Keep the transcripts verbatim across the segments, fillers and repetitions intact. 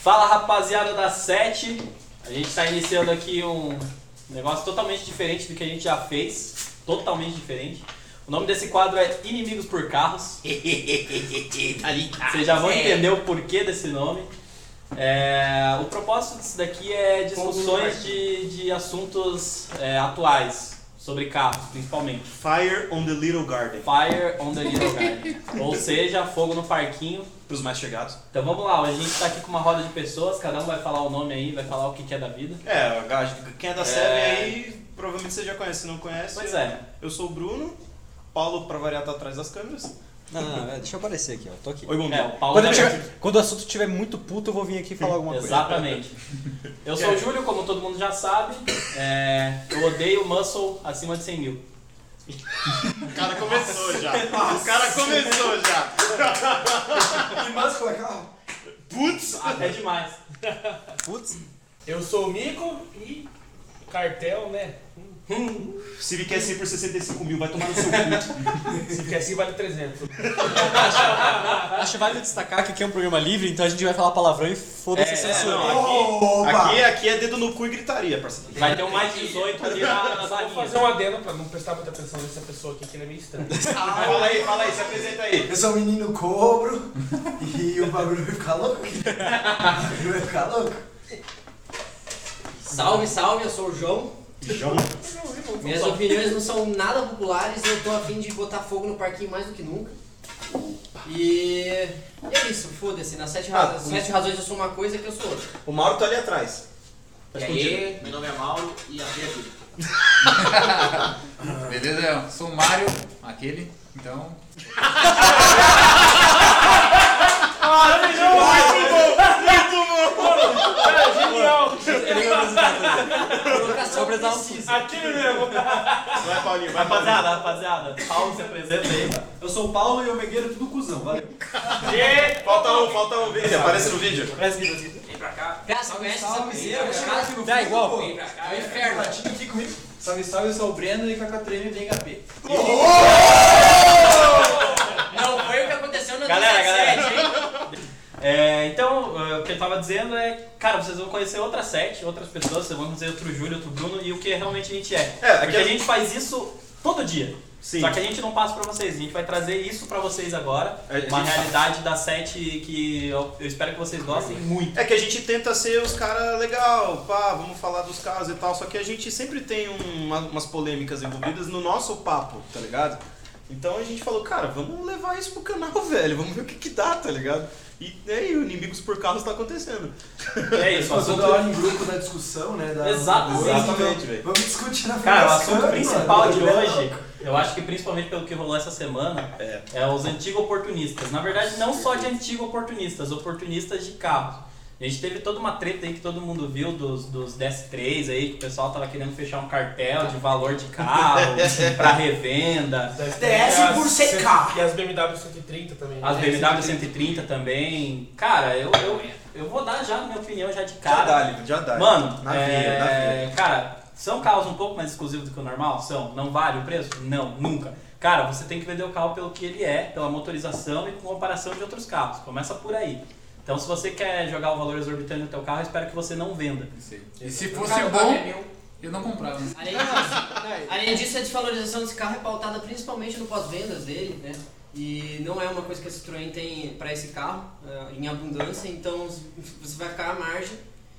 Fala rapaziada da sete, a gente está iniciando aqui um negócio totalmente diferente do que a gente já fez, totalmente diferente. O nome desse quadro é Inimigos por Carros. Vocês já vão entender o porquê desse nome. É, o propósito disso daqui é discussões de, de assuntos é, atuais, sobre carros principalmente. Fire on the Little Garden. Fire on the Little Garden. Ou seja, fogo no parquinho. Para os mais chegados. Então vamos lá, hoje a gente tá aqui com uma roda de pessoas, cada um vai falar o nome aí, vai falar o que, que é da vida. É, quem é da É. série aí, provavelmente você já conhece, se não conhece. Pois é. Eu sou o Bruno, Paulo, pra variar, tá atrás das câmeras. Não, não, não, deixa eu aparecer aqui, ó. Tô aqui. Oi, bom É, o Paulo Quando, já- eu tiver- quando o assunto estiver muito puto, eu vou vir aqui falar alguma coisa. Exatamente. Eu sou o Júlio, como todo mundo já sabe. É, eu odeio muscle acima de cem mil. O cara começou já. O cara começou já. E muscle é carro? Putz! Até demais. Putz. Eu sou o Mico e cartel, né? Civic é cem por sessenta e cinco mil, vai tomar no seu cu. Se quer assim, vale trezentos. Acho válido destacar que aqui é um programa livre, então a gente vai falar palavrão e foda-se É, a censura. não, Opa! Aqui, aqui, aqui é dedo no cu e gritaria, parceiro. Vai ter um mais dezoito ali na, nas Vou varinhas. fazer um adendo pra não prestar muita atenção nessa pessoa aqui, que ele é meio estranho. Fala aí, fala aí, se apresenta aí. Eu sou o menino cobro e o bagulho vai ficar louco. O bagulho vai ficar louco. Salve, salve, eu sou o João. João. Minhas opiniões não são nada populares e eu tô a fim de botar fogo no parquinho mais do que nunca. E e é isso, foda-se. Nas sete, Ah, razões, sete razões eu sou uma coisa que eu sou outra. O Mauro tá ali atrás. E aí, meu nome é Mauro e aqui é tudo. Beleza? Eu sou o Mário, aquele, então... Cara, genial! Ele vai apresentar tudo. Colocação Vou apresentar um- precisa. Aquele mesmo! Vai, Paulinho, vai, Rapaziada, rapaziada, Paulo se apresenta aí. Eu sou o Paulo e o Megueiro tudo cuzão, valeu. Falta um, falta um. Vem, aparece no vídeo. Vem pra cá. Cara, você conhece essa salve, piseira? salve, Cara, salve. Tá igual. Vem pra cá. é o inferno. Aqui comigo. Salve, salve, eu sou o Breno e com a Catrine vem H P. Não foi o que aconteceu na Galera, dezessete, hein? É, então, é, o que eu tava dizendo é, cara, vocês vão conhecer outra sete, outras pessoas, vocês vão conhecer outro Júlio, outro Bruno e o que realmente a gente é. É, Porque aqui- a gente faz isso todo dia. Sim. Só que a gente não passa pra vocês, a gente vai trazer isso pra vocês agora. A Uma gente- realidade da sete que eu, eu espero que vocês gostem muito. É que a gente tenta ser os caras legal, pá, vamos falar dos casos e tal, só que a gente sempre tem um- uma- umas polêmicas envolvidas no nosso papo, tá ligado? Então a gente falou, cara, vamos levar isso pro canal, velho, vamos ver o que que dá, tá ligado? E aí, o Inimigos por Carros tá acontecendo. É isso, o Passou assunto... da hora em grupo da discussão, né? Da, Exatamente, da- exatamente, velho. Vamos discutir na frente Cara, o das assunto câmeras, principal mano. de hoje, eu acho que principalmente pelo que rolou essa semana, É. é os antigos oportunistas. Na verdade, não só de antigos oportunistas, oportunistas de carros. A gente teve toda uma treta aí que todo mundo viu dos, dos D S três aí, que o pessoal tava querendo fechar um cartel de valor de carro pra revenda. D S por C K. E as B M W cento e trinta também. As né? B M W cento e trinta também. Cara, eu, eu, eu vou dar já a minha opinião já de Já cara. dá, Lívio, já dá. Mano, na é, veia, na veia. cara, são carros um pouco mais exclusivos do que o normal? São. Não vale o preço? Não, nunca. Cara, você tem que vender o carro pelo que ele é, pela motorização e com comparação de outros carros. Começa por aí. Então, se você quer jogar o valor exorbitante no teu carro, eu espero que você não venda. E se fosse Cara, o bom, carro é meu. eu não comprava. Além disso, além disso, a desvalorização desse carro é pautada principalmente no pós-vendas dele, né? E não é uma coisa que a Citroën tem para esse carro eh, em abundância, então você vai ficar à margem.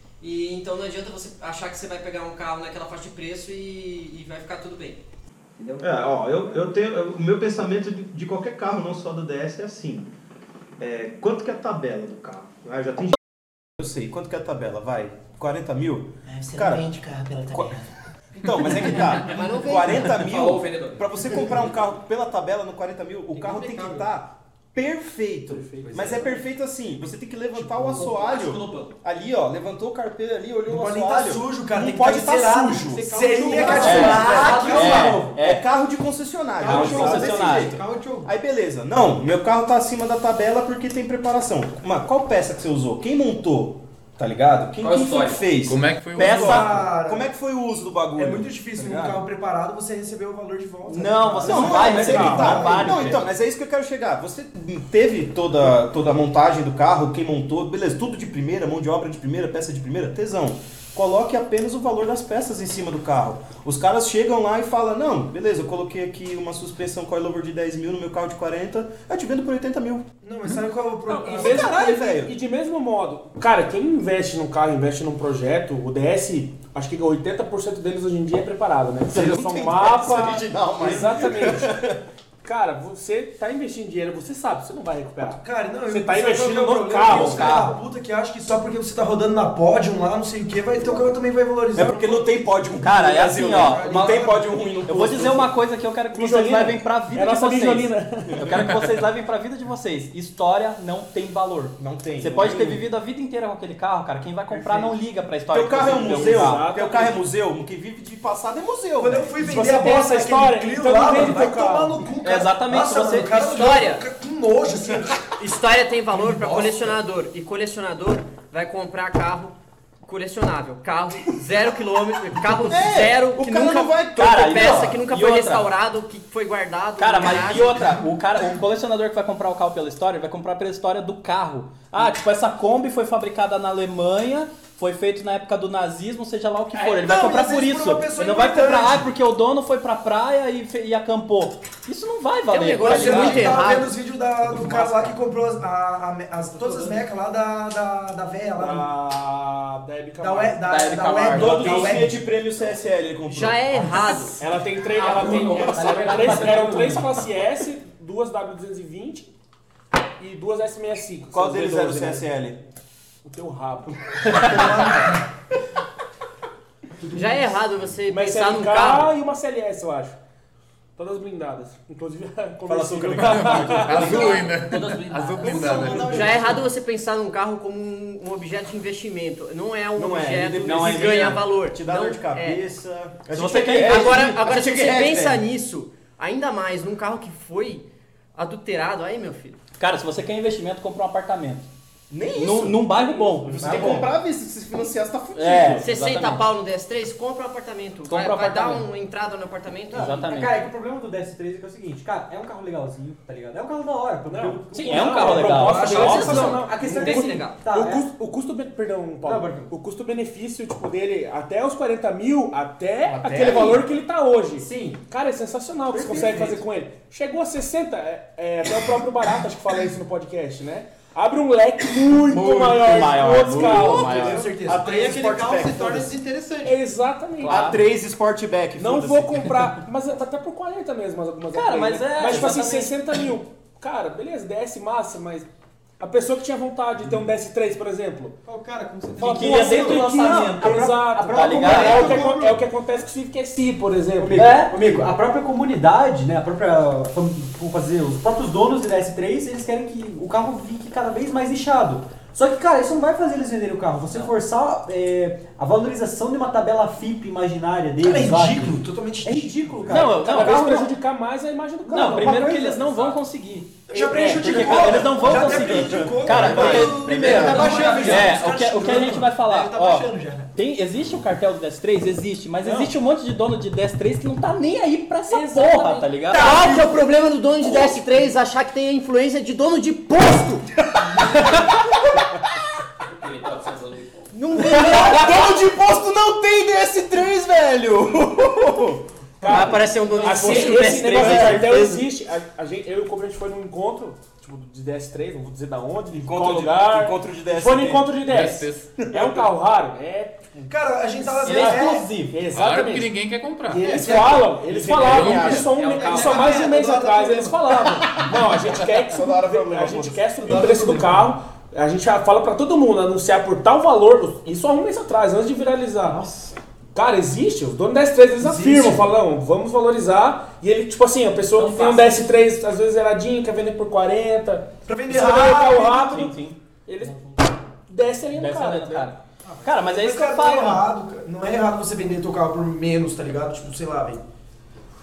E então não adianta você achar que você vai pegar um carro naquela faixa de preço e, e vai ficar tudo bem. Entendeu? É, ó, eu, eu tenho. eu- O meu pensamento de, de qualquer carro, não só do D S, é assim. É, quanto que é a tabela do carro? Ah, eu já tenho. Eu sei, quanto que é a tabela? Vai? quarenta mil? Você Cara, não vende carro pela Qua- Então, mas é que tá. Mas não vende, quarenta né? mil, Falou o vendedor. pra você comprar um carro pela tabela no quarenta mil, o Tem que carro tem que complicar, estar perfeito. Mas é perfeito assim, você tem que levantar o assoalho ali, ó, levantou o carpeiro ali, olhou Não o pode assoalho. estar sujo, cara. Não Tem que pode estar estar zerado. sujo. Seria que É, adicionar. é, é carro de concessionário. Carro de Deixa eu falar desse concessionário. jeito. Carro de jogo. Aí beleza, não, meu carro tá acima da tabela porque tem preparação. Mas qual peça que você usou? Quem montou Tá ligado? Quem, Qual a quem foi que história? fez? Como é que foi o Peça, Cara, como é que foi o uso do bagulho? É muito difícil Tá num ligado? carro preparado você receber o valor de volta. Não, você não, Não, vai mas é receber. que tá. Não vale, Não, velho. então, mas é isso que eu quero chegar. Você teve toda, toda a montagem do carro, quem montou, beleza, tudo de primeira, mão de obra de primeira, peça de primeira, tesão. Coloque apenas o valor das peças em cima do carro. Os caras chegam lá e falam, não, beleza, eu coloquei aqui uma suspensão coilover de dez mil no meu carro de quarenta, eu te vendo por oitenta mil. Não, mas sabe qual é o Não, problema? e, mesmo, Caralho, e- velho. e de mesmo modo, cara, quem investe num carro, investe num projeto, o D S, acho que oitenta por cento deles hoje em dia é preparado, né? Seja não só tem um mapa. D S original, mas- Exatamente. Cara, você tá investindo dinheiro, você sabe, você não vai recuperar. Cara, não, Você eu- tá sabe qual investindo que é o no problema? carro, Tem uns filhos carro. da puta que acha que só porque você tá rodando na pódio lá, não sei o que, vai teu carro também vai valorizar. É porque não tem pódio ruim Cara, no é Brasil, assim, né? ó, Não uma- tem pódio ruim no Eu vou posto. dizer uma coisa que eu quero que vocês Bijolina. levem pra vida É a de nossa vocês. bijolina. Eu quero que vocês levem pra vida de vocês. História não tem valor. Não tem. Você não pode tem. ter vivido a vida inteira com aquele carro, cara. Quem vai comprar não liga pra história. Teu que carro é você um viveu museu? com o carro. Teu carro é museu? Quem vive de passado é museu. Quando eu velho. fui Se vender você a tem bosta essa daquele história, Clio então lá, não vende mano, vai teu carro. tomar no cu, cara. Exatamente, Nossa, você- mano, o cara História. fica com nojo, assim. História tem valor para Nossa. colecionador e colecionador vai comprar carro colecionável, carro zero quilômetro, carro É, zero o que cara nunca não vai- troca Cara, e peça, ó, que nunca e foi outra? restaurado, que foi guardado. Cara, na mas garagem. e outra, o, cara, o colecionador que vai comprar o carro pela história, ele vai comprar pela história do carro. Ah, tipo, essa Kombi foi fabricada na Alemanha, foi feito na época do nazismo, seja lá o que for. Ele vai não, comprar e às por vezes por isso. uma pessoa Ele não vai importante. comprar, ah, porque o dono foi pra praia e, fe- e acampou. Isso não vai valer. negócio tá Você ligado? muito tava errado. vendo os vídeos da- do cara lá que comprou as, a- a- as- todas as mecas lá da, da, da véia lá. A Deb Da, Camargo. UE da, Da Hebe da Camargo. Web. Todos da os Web. Fiat Prêmio C S L ele comprou. Já é errado. Ela tem três, ela tem, elas Tá eram ligado? três, Tá eram ligado? três classe S, duas W duzentos e vinte e duas S sessenta e cinco. Qual são deles V era o doze, C né? S L? O teu rabo. Já é errado você Uma pensar num S L K carro. e uma C L S, eu acho. Todas blindadas. Inclusive a Fala açúcar, conversível. Azul ainda. Todas blindadas. Azul blindada. Já é errado você pensar num carro como um, um objeto de investimento. Não é um Não é, objeto ele não é que ganha investimento. valor. Te dá Não dor de é. cabeça. A Se gente você é quer- guerreiro, Agora, a agora gente se é você guerreiro, pensa velho. nisso, ainda mais num carro que foi adulterado, aí meu filho. Cara, se você quer investimento, compra um apartamento. Nem isso. Num, num bairro bom. Você Tá tem que bom. comprar, se se financiar, você tá fudido. É. sessenta Exatamente. pau no D S três, compra um apartamento. Vai, Compra um vai dar apartamento. uma entrada no apartamento. Exatamente. Cara, é que o problema do D S três é que é o seguinte, cara, é um carro legalzinho, tá ligado? É um carro da hora. porque Não. o- Sim, o- é um Não, carro a legal. proposta Eu acho é sensacional. A questão Bem é que legal. Tá, o, é. custo, o custo, ben- perdão, Paulo, Não, perdão. o custo-benefício tipo, dele até os quarenta mil, até, Até aquele aí. valor que ele tá hoje. Sim. Cara, é sensacional o que você consegue fazer com ele. Chegou a sessenta, é, é, até o próprio Barato acho que fala isso no podcast, né? Abre um leque muito, Muito maior, maior, com outros muito carros. maior. entendeu? Com certeza. A Aí três aquele Sportback, carro se torna foda-se. desinteressante. Exatamente. Claro. A três Sportback. Não foda-se. vou comprar, mas até por quarenta mesmo algumas Cara, A três, mas né? é, Mas tipo assim, exatamente. sessenta mil. Cara, beleza, D S massa, mas a pessoa que tinha vontade de ter um D S três, por exemplo, Ô, cara, como você fala, Que queria pô, dentro do cento e quinze, lançamento. a Exato, a própria tá ligado? É o, que, comunidade acon- é o que acontece com o Civic S I, por exemplo. Amigo, É? amigo, a própria comunidade, né, a própria, vamos fazer, os próprios donos do D S três, eles querem que o carro fique cada vez mais nichado. Só que, cara, isso não vai fazer eles venderem o carro. Você forçar é, a valorização de uma tabela F I P imaginária deles. Cara, é lá, ridículo, que- totalmente É ridículo. ridículo, cara. Não, eu- Cada não, vez carro- prejudicar mais a imagem do carro. Não, primeiro que coisa, eles não vão conseguir. Já prejudicou. É, porque, cara, eles não vão já até conseguir. prejudicou, Cara, cara. porque, primeiro, Tá baixando já. é, Os o caras que, o que a gente vai falar, Ele tá ó, baixando já. tem, existe o cartel do D S três? Existe, mas existe um monte de dono de D S três que não tá nem aí pra essa Exatamente. porra, tá ligado? Qual que é o problema do dono de D S três achar que tem a influência de dono de posto? Não vê. Dono de imposto não tem D S três, velho! Vai aparecer um dono de Assim, posto no esse D S três. negócio de né? cartel existe. A, a gente, eu e o Cobra, a gente foi num encontro, tipo, de D S três, não vou dizer da onde, de qual Encontro de, lugar. encontro de D S Foi no três. encontro de D S. É um carro raro? É. Cara, a gente tava Ele é é, exclusivo. Claro que Exatamente. ninguém quer comprar. Eles falam, eles falavam, É um- isso, há um, é um carro. isso há mais de um mês É, atrás, eles falavam. Não, a gente quer que Toda hora subir, problema, a gente foda-se. quer subir o preço do carro, a gente já fala pra todo mundo, anunciar por tal valor, isso há um mês atrás, antes de viralizar. Nossa. Cara, existe, os donos da D S três eles afirmam, falam, não, vamos valorizar, e ele, tipo assim, a pessoa Não que tem um faça. D S três, às vezes zeradinho, quer vender por quarenta, pra vender precisa vender o carro rápido. rápido, Sim, sim. eles descem ali no Desce cara. ali no tá cara. Cara, mas é isso que eu Cara, não é falo, mano. errado, cara. Não é errado você vender teu carro por menos, tá ligado? Tipo, sei lá, velho.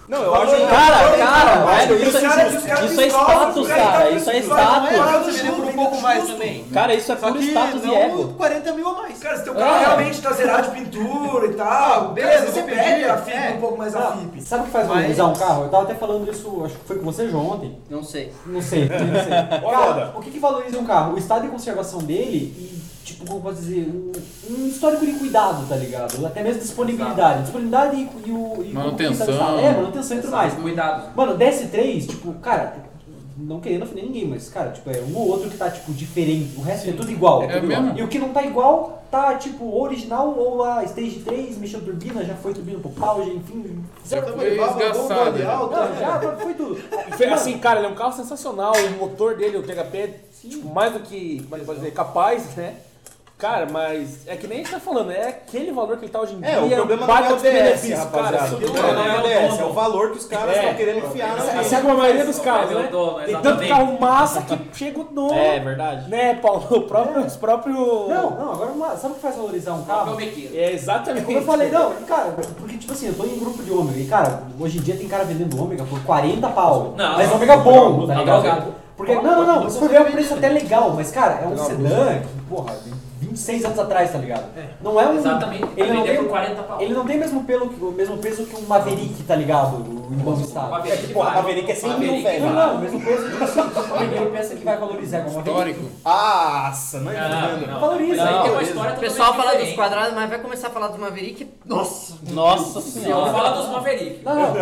Não, eu acho... Cara, cara, velho, Os isso, caras- os isso, caras isso é descobrem, status, os caras cara. tá Isso é precisando, status. não é? Você vender por um pouco mais também. Cara, isso é Só puro que status e não ego. quarenta mil a mais. Cara, se teu É. carro realmente tá zerado de pintura e tal, beleza, cara, você vou pede pedir, a F I P é. um pouco mais a Não, F I P. sabe o que faz Mas- valorizar um carro? Eu tava até falando isso, acho que foi com você, João, ontem. Não sei. Não sei, não sei. Cara, o que, que valoriza um carro? O estado de conservação dele e, tipo, como posso dizer, um, um histórico de cuidado, tá ligado? Até mesmo disponibilidade. Disponibilidade e, e o... E Manutenção. como que tá o estado. É, manutenção e tudo mais. Cuidado. Mano, D S três, tipo, cara, não querendo ofender ninguém, mas, cara, tipo, é um ou outro que tá, tipo, diferente. O resto é tudo igual. É tudo igual. mesmo? E o que não tá igual, tá, tipo, ou original ou a Stage três, mexeu turbina, já foi turbina pro pau, já, enfim... Já zero foi foi- esgaçado, Não, né? já foi tudo. Assim, cara, ele é um carro sensacional, o motor dele, o T H P, é tipo, mais do que, como é que pode dizer, capaz, né? Cara, mas é que nem a gente tá falando, é aquele valor que ele tá hoje em dia. É, o problema não baita é o D S, custo-benefício, rapaziada. cara. O problema não é o D S, é o valor que os caras É. estão querendo enfiar na Assim gente. como a maioria dos carros, É o né? dono, Tem tanto exatamente. carro massa que chega o dono. É, verdade. Né, Paulo? O próprio, os próprios... Não, não, agora uma- sabe o que faz valorizar um carro? É, exatamente. Como eu falei, não, cara, porque tipo assim, eu tô em um grupo de ômega e cara, hoje em dia tem cara vendendo ômega por quarenta pau. Não, mas ômega bom, tá tá ligado? drogado. Porque, não, não, não, se for ver é um preço até legal, mas cara, é um sedã que, porra, vinte e seis anos atrás, tá ligado? Não é um. Exatamente. Ele não, Vender tem, por quarenta pau. ele não tem mesmo pelo, o mesmo peso que um Maverick, tá ligado? O em bom estado. É que, porra, a Maverick é cem mil, Maverick, velho. Não, não, o mesmo peso que assim, ninguém pensa que vai valorizar como Maverick. Histórico. Nossa, não é Não, entendendo. não. Valoriza. Mas aí tem uma Não, história O pessoal fala dos diferente. quadrados, mas vai começar a falar dos Maverick. Nossa! Nossa Eu senhora. vou falar dos Maverick. Não, não.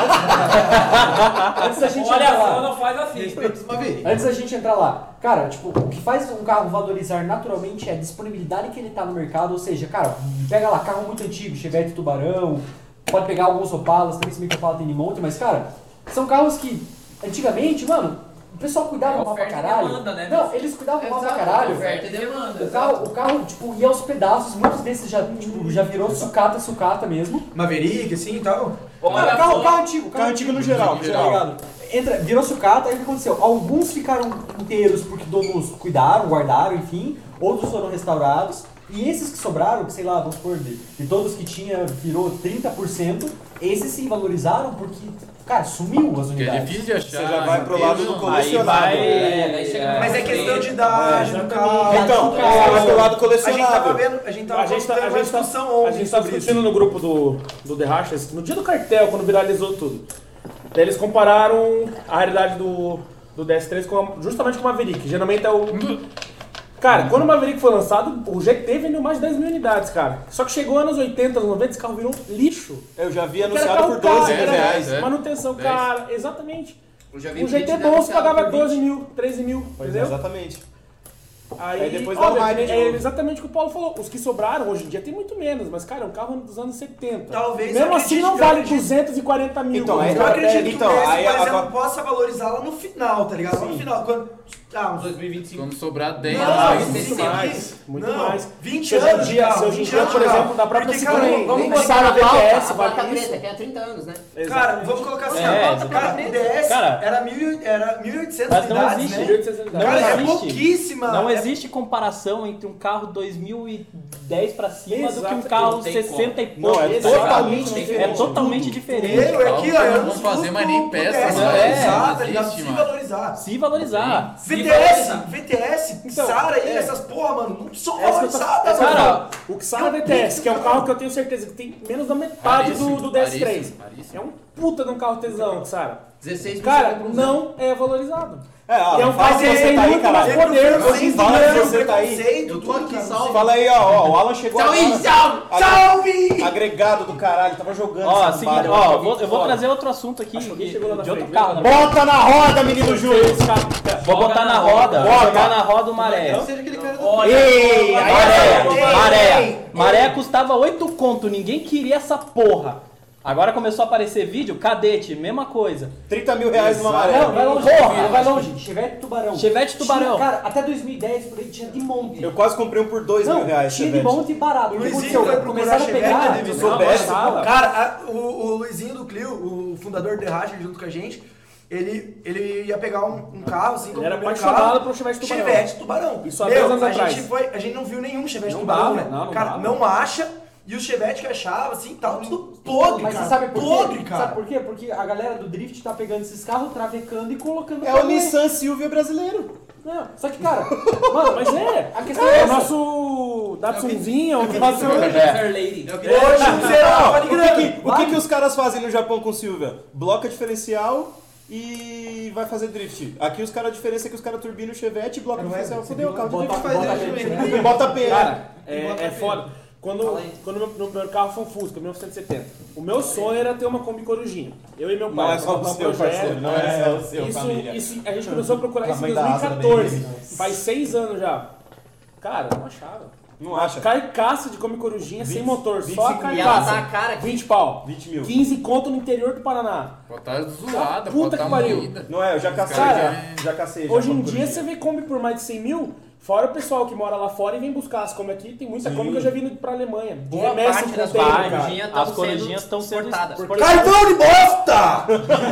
Antes da gente Olha, entrar a lá. Fana faz assim. Antes da gente entrar lá, cara, tipo, o que faz um carro valorizar naturalmente é a disponibilidade que ele tá no mercado, ou seja, cara, pega lá, carro muito antigo, Chevette Tubarão, pode pegar alguns Opalas, também se bem que Opala tem de monte, mas, cara, são carros que, antigamente, mano, o pessoal cuidava É mal pra oferta e caralho. demanda, né? Não, eles cuidavam mal pra Exato, caralho. oferta e demanda. O carro, o carro, tipo, ia aos pedaços, muitos desses já, tipo, já virou sucata, sucata mesmo. Maverick, assim e tal. Mano, Olha carro, só. carro antigo. Carro antigo no geral, no Tá geral. ligado? Entra, virou sucata, aí o que aconteceu? Alguns ficaram inteiros porque donos cuidaram, guardaram, enfim. Outros foram restaurados. E esses que sobraram, que sei lá, vamos supor, de, de todos que tinha, virou trinta por cento. Esses se valorizaram porque, cara, sumiu as Que é unidades. difícil de achar. Você já vai pro lado do Não. colecionável. Aí vai- É, daí chega Mas é questão de idade do carro. Então, Cara, você vai pro lado A gente tava colecionável. vendo, a gente tava A gente tá, tendo a uma gente tá, discussão a ontem gente tá sobre isso. discutindo no grupo do, do The Rachas, no dia do cartel, quando viralizou tudo. Daí eles compararam a realidade do, do D S três com a- justamente com o Maverick. Geralmente é o... Cara, quando o Maverick foi lançado, o G T vendeu mais de dez mil unidades, cara. Só que chegou anos oitenta, anos noventa, esse carro virou lixo. Eu já vi Era anunciado carro por doze caro, mil era reais. é. Manutenção dez. cara, exatamente. Eu já vi O G T Blitz bom se anunciado pagava por vinte. doze mil, treze mil, Pois é, entendeu? exatamente. Aí, Aí depois dá óbvio, um hype de é novo. exatamente o que o Paulo falou. Os que sobraram hoje em dia tem muito menos, mas cara, é um carro dos anos setenta. Talvez Mesmo eu assim acredite não que eu vale acredite- duzentos e quarenta mil. Então, como aí os Eu caras acredito pedem. que Então, o Tesla, aí por exemplo, agora- possa valorizar lá no final, tá ligado? Lá no final, quando... Ah, uns dois mil e vinte e cinco. Quando sobrar dez Não, mais. muito muito mais. mais, muito não, mais. vinte Se hoje em anos, dia- cara, se hoje em vinte dia, anos, por cara. exemplo, da própria Porque, Citroën, cara, vamos Vamos Nem colocar sabe na a V T pauta, S, a vale placa isso. preta, que é há trinta anos, né? Cara, vamos colocar assim, É, ó, exatamente. cara, o D S Cara, era mil era mil e oitocentas mas não unidades, existe. né? mil e oitocentas Não Cara, é existe. pouquíssima. Não é- existe comparação entre um carro dois mil e dez pra cima do que um Exato. carro Não tem sessenta e Não, pouco. é Exato. totalmente É diferente. totalmente diferente. Eu, é aqui, ó, eu Não não fazer mais nem peça, peça, né? valorizar, É, tá ligado? existe, Se mano. valorizar. Se valorizar. V T S, valorizar. V T S, Então, Sara aí, é. essas porra, mano, não são É isso que eu tô- valorizadas, é isso que eu tô Cara, falando. o Xara V T S, que é um carro que eu tenho certeza que tem menos da metade do, do D S três. Raríssimo, raríssimo. É um puta de um carro tesão, Xara. dezesseis mil Cara, por um não é valorizado. É, ó, E é um fala carro que que você você tem tá aí, muito caralho. mais poder hoje em Vocês Fala dia. que você tá aí. preconceito, Eu tô tudo, aqui, cara. salve. Fala aí, ó, ó, o Alan chegou Salve, agora. salve, Salve! Agregado do caralho, tava jogando Ó, essa seguinte, bala, ó, eu eu vou, eu vou foda. trazer outro assunto aqui Acho que alguém de, chegou lá na de outro frente, carro. né? né? Bota na roda, menino Júlio! Vou botar na roda, vou Bota. jogar na roda o Maré. Seja aquele cara do Olha, Ei, olha, aí Maré, é- Maré. Maré custava oito conto, ninguém queria essa porra. Agora começou a aparecer vídeo, cadete, mesma coisa. trinta mil reais numa Não, maré. vai longe, Porra! vai longe. Chevette Tubarão. Chevette Tubarão. Tinha, cara, até dois mil e dez por aí tinha de monte. Eu quase comprei um por dois Não, mil reais, tinha de Chevette. monte e barato. O O que Luizinho aconteceu? foi procurar Começaram a Chevette, pegar... né, Se Não, soubesse, mas- Cara, a- o, o Luizinho do Clio, o fundador do The Racha, junto com a gente, ele, ele ia pegar um, um carro, assim, como Ele era o primeiro apaixonado carro, por Chevette Tubarão. Chevette Tubarão. Isso há Meu, dez anos a atrás. gente foi, a gente não viu nenhum Chevette Não Tubarão, dava, né? não, não Cara, dava. não acha. E o Chevette que achava, assim, tava tudo podre, Mas cara. você sabe por quê? podre, cara. Sabe por quê? Porque a galera do Drift tá pegando esses carros, travecando e colocando... É o Nissan Silvia brasileiro. Não, só que, cara, mano, Mas é, a questão é é o essa. nosso Datsunzinho, o nosso... Fair Lady. Hoje será, Ó, pode o que, grana. que, o que, que os caras fazem no Japão com Silvia? Bloca diferencial e vai fazer drift. Aqui os caras, a diferença é que os caras turbinam o Chevette e bloca diferencial. Fudeu, o carro de Bota, drift. bota, E bota P. Cara, é, é foda. Quando, quando meu, meu primeiro carro foi um Fusca, mil novecentos e setenta. O meu sonho era ter uma Kombi Corujinha. Eu e meu pai. Não é só o nós seu, montamos um parceiro. projeto. Não é só o seu, Isso, família. isso, a gente começou a procurar isso em Tamanho da dois asa mil e da quatorze. B M W. Faz seis anos já. Cara, não achava. Não acha? Carcaça de Kombi Corujinha sem vinte, motor, vinte e só a cinco E ela carcaça. tá a cara aqui. vinte pau. vinte mil. quinze conto no interior do Paraná. Pô, tá zoada, Puta pô, tá que pariu. moída. Não é, eu já cacei, Cara, já, já cacei. já Hoje em com dia Corujinha. você vê Kombi por mais de cem mil, fora o pessoal que mora lá fora e vem buscar as Kombi aqui. Tem muita Sim. Kombi que eu já vi indo pra Alemanha. De Boa remessa parte em das container, Kombi cara. Corujinha As estão corujinhas sendo estão sendo exportadas. Cartão de bosta!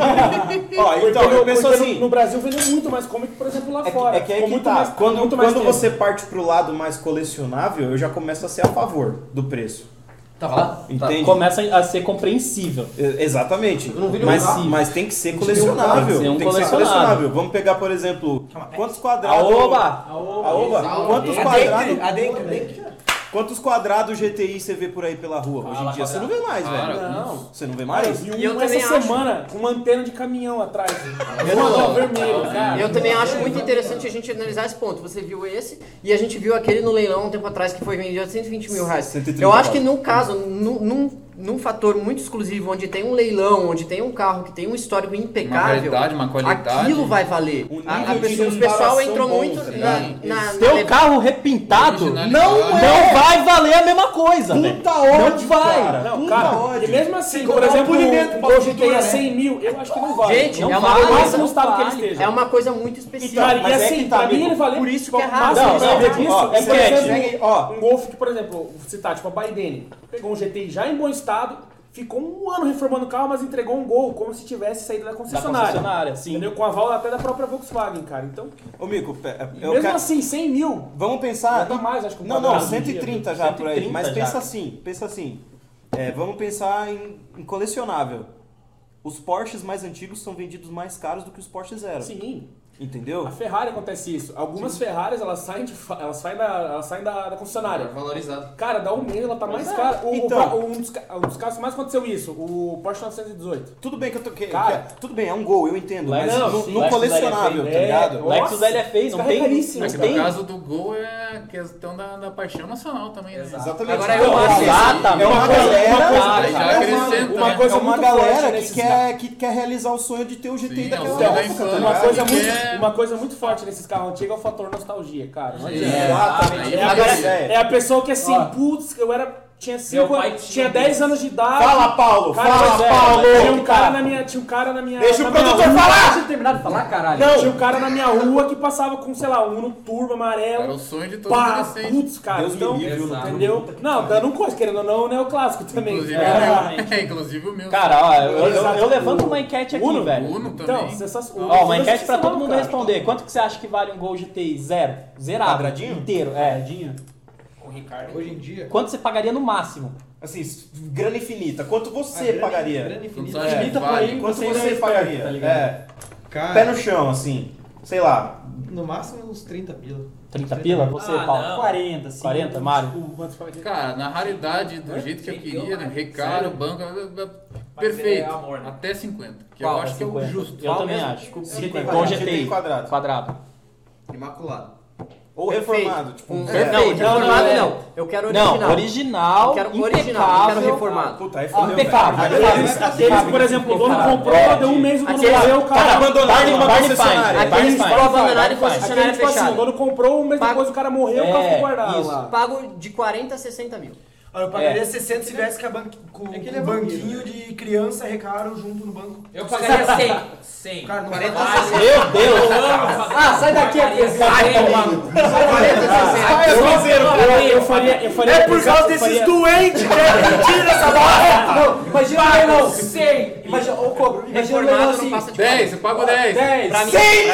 Ó, Porque então, eu no- penso porque no- assim... no Brasil vendeu muito mais Kombi que, por exemplo, lá É que, fora. é que aí Ficou que muito tá. mais, quando muito mais quando tempo. você parte pro lado mais colecionável, eu já começo a ser a favor do preço. Tava lá? Entende? Começa a ser compreensível. E- Exatamente. não vi nenhum Mas, carro. mas tem que ser colecionável. Tem que ser um colecionável. Vamos pegar, por exemplo, quantos quadrados... Aoba! Aoba! Quantos A quadrados... Denker, a Denker, a Denker. Quantos quadrados G T I você vê por aí pela rua? Hoje em dia você não vê mais, Cara, velho. Não. Você não vê Cara, eu mais? vi E eu um também essa acho. semana com uma antena de caminhão atrás. Mano, vermelho, cara. Eu também acho muito interessante a gente analisar esse ponto. Você viu esse e a gente viu aquele no leilão um tempo atrás que foi vendido a cento e vinte mil reais. cento e trinta Eu acho que no caso, num, num, num fator muito exclusivo, onde tem um leilão, onde tem um carro que tem um histórico impecável, qualidade, uma qualidade. aquilo vai valer. Um A, a nível de pessoa, o comparação pessoal entrou bom, muito tá na, ligado? na, na Teu leva- carro repintado Originalidade. não, não vai valer a mesma coisa, velho. Puta ódio, Não vai. cara. Não, Puta cara, ódio. e mesmo assim, Sem por contar o exemplo, polimento o pra Gol G T I pintura, a né? cem mil, eu acho que não vale. Gente, Não é uma vale, no coisa, máximo o estado que ele vale. esteja. é uma coisa muito especial. Cara, e Mas é assim, que tá, pra mim amigo. ele valeu... Por isso que é raro. Mas, Não, não, não, disso, ó, é, por enquete. exemplo, Ó. um Golf que, por exemplo, vou citar, tipo a Baidene, pegou um G T I já em bom estado, ficou um ano reformando o carro, mas entregou um Gol, como se tivesse saído da Da concessionária. concessionária, sim. Entendeu? Com a válvula até da própria Volkswagen, cara. Então, Ô, Mico, pe- eu mesmo quero... assim, cem mil, Vamos pensar... já tá mais, acho que um Não, não, quadrado cento e dia, trinta já por aí. cento e trinta Mas já. pensa assim, pensa assim. É, vamos pensar em, em colecionável. Os Porsches mais antigos são vendidos mais caros do que os Porsche Zero. Sim. Entendeu? A Ferrari acontece isso. Algumas Ferraris, elas saem, de, fa- elas saem, da, elas saem da, da concessionária. Valorizado. Cara, dá um mês, ela tá mais cara. O, Então. o- um, dos, ca- um dos casos que mais aconteceu isso, o Porsche novecentos e dezoito. Tudo bem que eu tô... Que, Cara. que é- tudo bem, é um gol, eu entendo. Lexus- Mas não, no, sim, no Lexus colecionável, L F, tá ligado? é, Lexus L F não Carro tem, caríssimo. não Mas tem. no caso do Gol é a questão da, da paixão nacional também, né? Exatamente. Agora eu Não, acho que- Exatamente. É uma galera... Uma coisa- Aí já é uma- acrescenta, uma né? coisa é uma muito galera forte que nesses quer, que quer realizar o sonho de ter o G T I Sim, daquela é o sonho da época, tá infância. Uma ligado? coisa, Porque muito, é- uma coisa muito forte nesses carros antigos é o fator nostalgia, cara. Não adianta. Exatamente. Aí É a, Agora- pessoa, é a pessoa que assim, Ó. putz, eu era. Tinha Meu cinco pai anos, tinha tinha dez anos de idade. Fala, Paulo! Cara, Fala, mas é, Paulo! Tinha um cara na minha. Tinha um cara na minha. Deixa na o minha produtor rua- falar! Deixa eu terminar de falar, caralho. Não, tinha um cara na minha rua que passava com, sei lá, um Uno Turbo amarelo. Era o sonho de todo Pá, adolescente. putz, cara, Deus me então, livre, Uno Turbo. entendeu? Não, dando um coisa, querendo ou não, o neoclássico também. Inclusive, É, o realmente. meu. É, inclusive o meu. Cara, ó, eu, eu, Exato. eu levanto uma enquete aqui, Uno, velho. Uno Então, também. sensacional. Ó, uma enquete pra todo mundo responder. Quanto que você acha que vale um Gol G T I zero? Zerado. Quadradinho? Inteiro, é. Com o Ricardo. Hoje em dia. Quanto você pagaria no máximo? Assim, grana infinita. Quanto você a grana- pagaria? grana Quanto infinita. você acha que Infinita, vale? porém, Quanto você você não é pagaria? esperto, tá ligado? É. Cara, Pé no chão, assim. Sei lá. no máximo uns trinta pila. trinta pila? Você, Ah, Paulo? não. quarenta, sim. quarenta, Mário? Cara, na raridade, do jeito que eu queria, né? Recaro, banco, perfeito. é amor, né? Até cinquenta. Que Qual? eu acho que é o cinquenta. justo. Eu Qual também mesmo? acho. cinquenta. Gol G T I G T I quadrado. quadrado. Imaculado. Ou Perfeito. reformado. Tipo, Um- é. Perfeito. Não, reformado não, não. não. Eu quero original. Não, original, Eu quero original, eu impecável. quero reformado. Puta, aí Ah, fodeu, impecável. velho. Aqueles, aqueles, por exemplo, o dono comprou, É. deu um mês, o dono Aqueles- morreu, o Cara, cara... abandonado numa Barney concessionária. Find. Aqueles Barney que Find. foram abandonados em Barney Find. concessionária Aquele, tipo assim, o fechada. dono comprou, um mês Pago- depois o cara morreu, o cara É, ficou guardado isso. lá. Pago de quarenta a sessenta mil. Olha, eu pagaria É. sessenta se tivesse com, a ban- com, É que com ele é um banqueiro, banquinho de criança recaro junto no banco. Eu pagaria cem. cem. Cara, não quarenta vai a dar. sessenta. Meu Deus! Eu amo fazer Ah, sai daqui, porcaria. esse cara Cem. quarenta a sessenta. Eu, eu faria, eu faria... É por causa eu desses faria- doentes que é mentira essa barra! Não, imagina o leilão. cem. Imagina, ô Cobro, imagina o leilão Reformado assim. não passa de dez, eu pago dez. dez, Pra mim, cem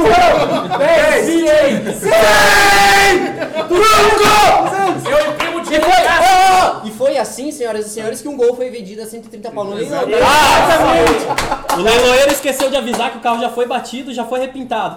mil! dez, eu imprimo de E foi, oh, e foi assim, senhoras e senhores, que um Gol foi vendido a cento e trinta pau no leilão. Ah, o leiloeiro esqueceu de avisar que o carro já foi batido, já foi repintado.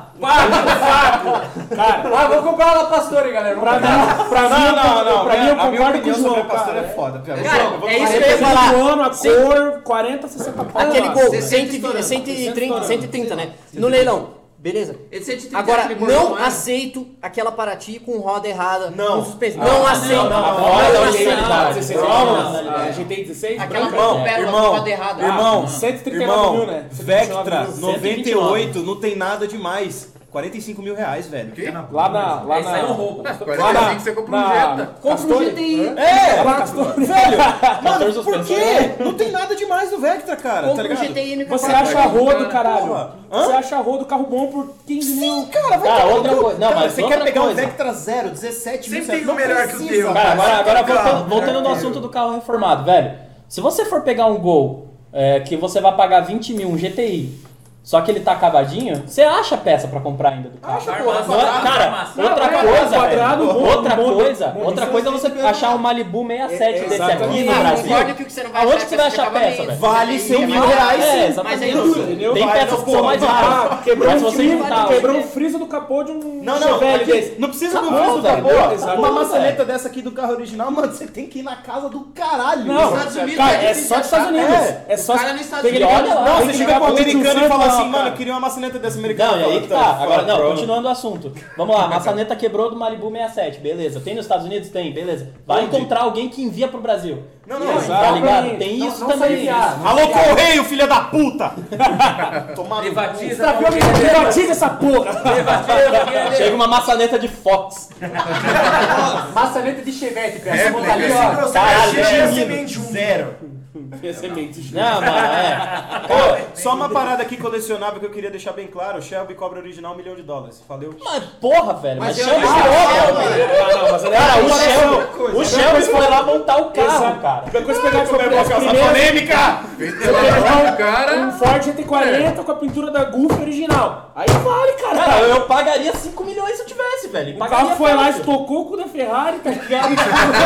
Cara, ah, vou comprar lá Pastor, hein, galera. Pra mim, pra mim, Não, não, não. pra mim eu a minha concordo com o opinião sobre João, a pastora cara. é foda. Cara, Cara, é isso A que eu ia falar. do ano, a Sim. cor, quarenta, sessenta pau. Aquele lá. Gol, sessenta cento e estourando. trinta, cento e trinta, né? No leilão. Beleza. Esse cento e trinta Agora, aquele bordão, não é? aceito aquela Paraty com roda errada, Não. com suspense. Não aceito. não, não, Não não, aceito. não, dezesseis não, válvulas, não, não, é, G T I dezesseis, Aquela branca. Irmão, pérola com irmão, roda errada. irmão, cento e trinta e nove mil, irmão, né? Vectra cento e noventa vinte e e nove. oito não tem nada demais. quarenta e cinco mil reais, velho. Lá na... Lá Aí na... saiu roubo. Lá quarenta e cinco você compra um Jetta. Compra um G T I. É, Lá na Castor. velho, mano, suspensões. por quê? Não tem nada demais no Vectra, cara, tá Compra um ligado? G T I M Você quatro. acha a rodo, caralho. Porra. Hã? Você acha a rodo, carro bom por quinze mil. Cara, vai Cara, tomar outra no cu. coisa- não, Cara, mas você outra quer pegar coisa. um Vectra zero, dezessete mil, Sempre tem não um melhor que o precisa. teu. Cara, agora, agora Carro, voltando, voltando no né? assunto do carro reformado, velho. Se você for pegar um Gol é, que você vai pagar vinte mil, um G T I, só que ele tá acabadinho, você acha peça pra comprar ainda do carro. Acha, Tá porra, armado, Não é- tá cara, armado. outra Não, é coisa, quadrado, velho, bom, outra bom, coisa, bom, outra bom, coisa é você achar um Malibu sessenta e sete desse aqui no Ah, Brasil. concordo que o que você não vai Aonde achar que você vai peça de achar peça, acabamento. velho? Vale cem mil Mas- reais, É, sim. Mas exatamente. aí não- Entendeu? Tem Vai, peças não, que são porra, mais não. raras. Quebrou Mas um se você frio, juntar quebrou o- um friso do capô de um Não, não, Chevelle aqui, desse. não precisa do Acabou, friso da velho. porra. Acabou, Uma velho. maçaneta dessa aqui do carro original, mano, você tem que ir na casa do caralho. Não, Estados Unidos, cara, é é difícil só dos Estados achar. Unidos. É. É só... Os caras nos Estados tem que Unidos. ligar- Olha lá. Não, tem você que chega ligar pro pro americano e tio fala Sam assim, lá, mano, eu cara. queria uma maçaneta dessa americana. Não, e aí Fala, tá. Agora, não, pronto. continuando o assunto. Vamos lá, a maçaneta quebrou do Malibu sessenta e sete, beleza. Tem nos Estados Unidos? Tem, beleza. Vai Onde? encontrar alguém que envia pro Brasil. Não, não, Tá exatamente. ligado? Tem Não- isso não também. só enviar, não Alô, correio, filha da puta! Tomar no cu. Privatiza. Privatiza essa porra! Chega uma maçaneta de Fox. Maçaneta de Chevette, cara. É, Essa botar ali, é, ó. Caralho, Cheia tiro. de semente, zero. Não, mano, é. Pô, só uma parada aqui colecionável que eu queria deixar bem claro. O Shelby cobra original um milhão de dólares. Valeu. Mas porra, velho. Mas, Mas Shelby eu- tirou, Ah, velho. Ah, não, mas Cara, o Shelby, coisa. o Shelby foi lá montar o carro, Exato. cara. A coisa que pegar Como é foi bom as essa primeiras- polêmica! Feito lá o cara. Um Ford G T quarenta com a pintura da Goof original. Aí vale, cara. Cara, eu pagaria cinco milhões se eu tivesse, velho. O Pagaria carro foi lá, fácil. estocou com o da Ferrari, tá ligado?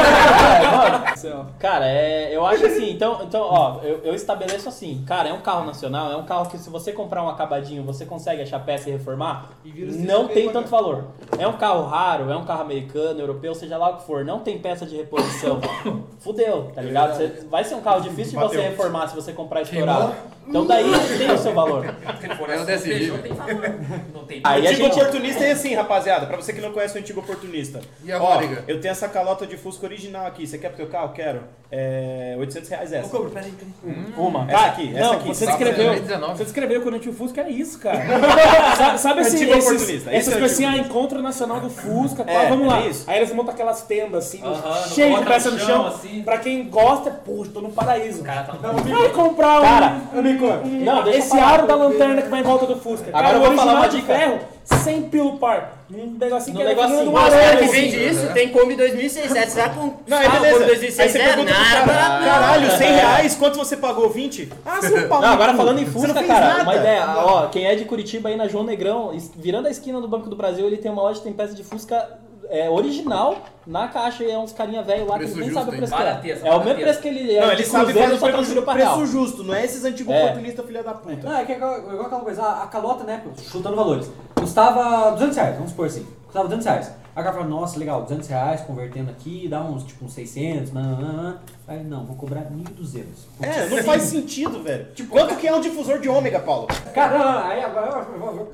É, mano. Cara, é, eu acho assim, então, então ó, eu, eu estabeleço assim, cara, é um carro nacional, é um carro que se você comprar um acabadinho, você consegue achar peça e reformar, não tem tanto valor. É um carro raro, é um carro americano, europeu, seja lá o que for, não tem peça de reposição. Fudeu, tá ligado? Você, vai ser um carro difícil de você Bateu. reformar se você comprar estourado. Então daí tem o seu valor. Ela desce Peugeot livre. tem valor. Não tem. Aí a Antigo gente... oportunista é assim, rapaziada. Pra você que não conhece o antigo oportunista. E a Ó, Rodriga? eu tenho essa calota de Fusca original aqui. Você quer pro teu carro? Quero. É oitocentos reais essa. Ô, peraí, peraí. Uma. Essa aqui, essa Não, aqui. você Tá, descreveu, dois mil e dezenove. você descreveu quando eu tinha o Fusca, era isso, cara. sabe sabe assim, Antigo esses, oportunista, esse essas é o coisas assim, antigo. ah, encontro nacional do Fusca, É, tal, vamos lá. é isso. Aí eles montam aquelas tendas assim, Aham, não cheias de coloca peça no no chão, chão. assim. Pra quem gosta, pô, tô no paraíso. O cara tá Vai comprar um, Cara, um, um- não, deixa eu esse falar. aro da lanterna que vai em volta do Fusca. Agora Cara, eu o vou falar original uma de dica. ferro, sem pilo par. Um negocinho No que era negocinho. fazendo um Mas Os aranha, caras que assim. vendem isso, tem Kombi dois mil e seiscentos. Será que com Não, aí ah, beleza. Kombi dois mil e Aí você seiscentos é pergunta pro nada? cara, caralho, cem reais, quanto você pagou? vinte? Ah, seu pau. Não, no agora cu. falando em Você Fusca, não fez cara, nada. uma ideia. Ó, quem é de Curitiba aí na João Negrão, es- virando a esquina do Banco do Brasil, ele tem uma loja que tem peça de Fusca é, original na caixa e é uns carinha velho lá que Preço eles nem justo, sabem o hein? preço que é. Barateza, É o mesmo barateza. preço que ele é Não, de ele sabe Cruzeiro, fazer só o transferiu pra preço real. justo, não é esses antigos É. oportunistas filha da puta. Não, é que é igual, igual aquela coisa, a, a calota, né, chutando valores, custava duzentos reais, vamos supor assim, custava duzentos reais. Aí o cara fala, nossa, legal, duzentos reais, convertendo aqui, dá uns, tipo, uns seiscentos, nananana. Aí, não, vou cobrar mil e duzentos. É, não faz sentido, velho. Tipo, quanto que é um difusor de ômega, Paulo? Cara, não, não, aí agora eu vou...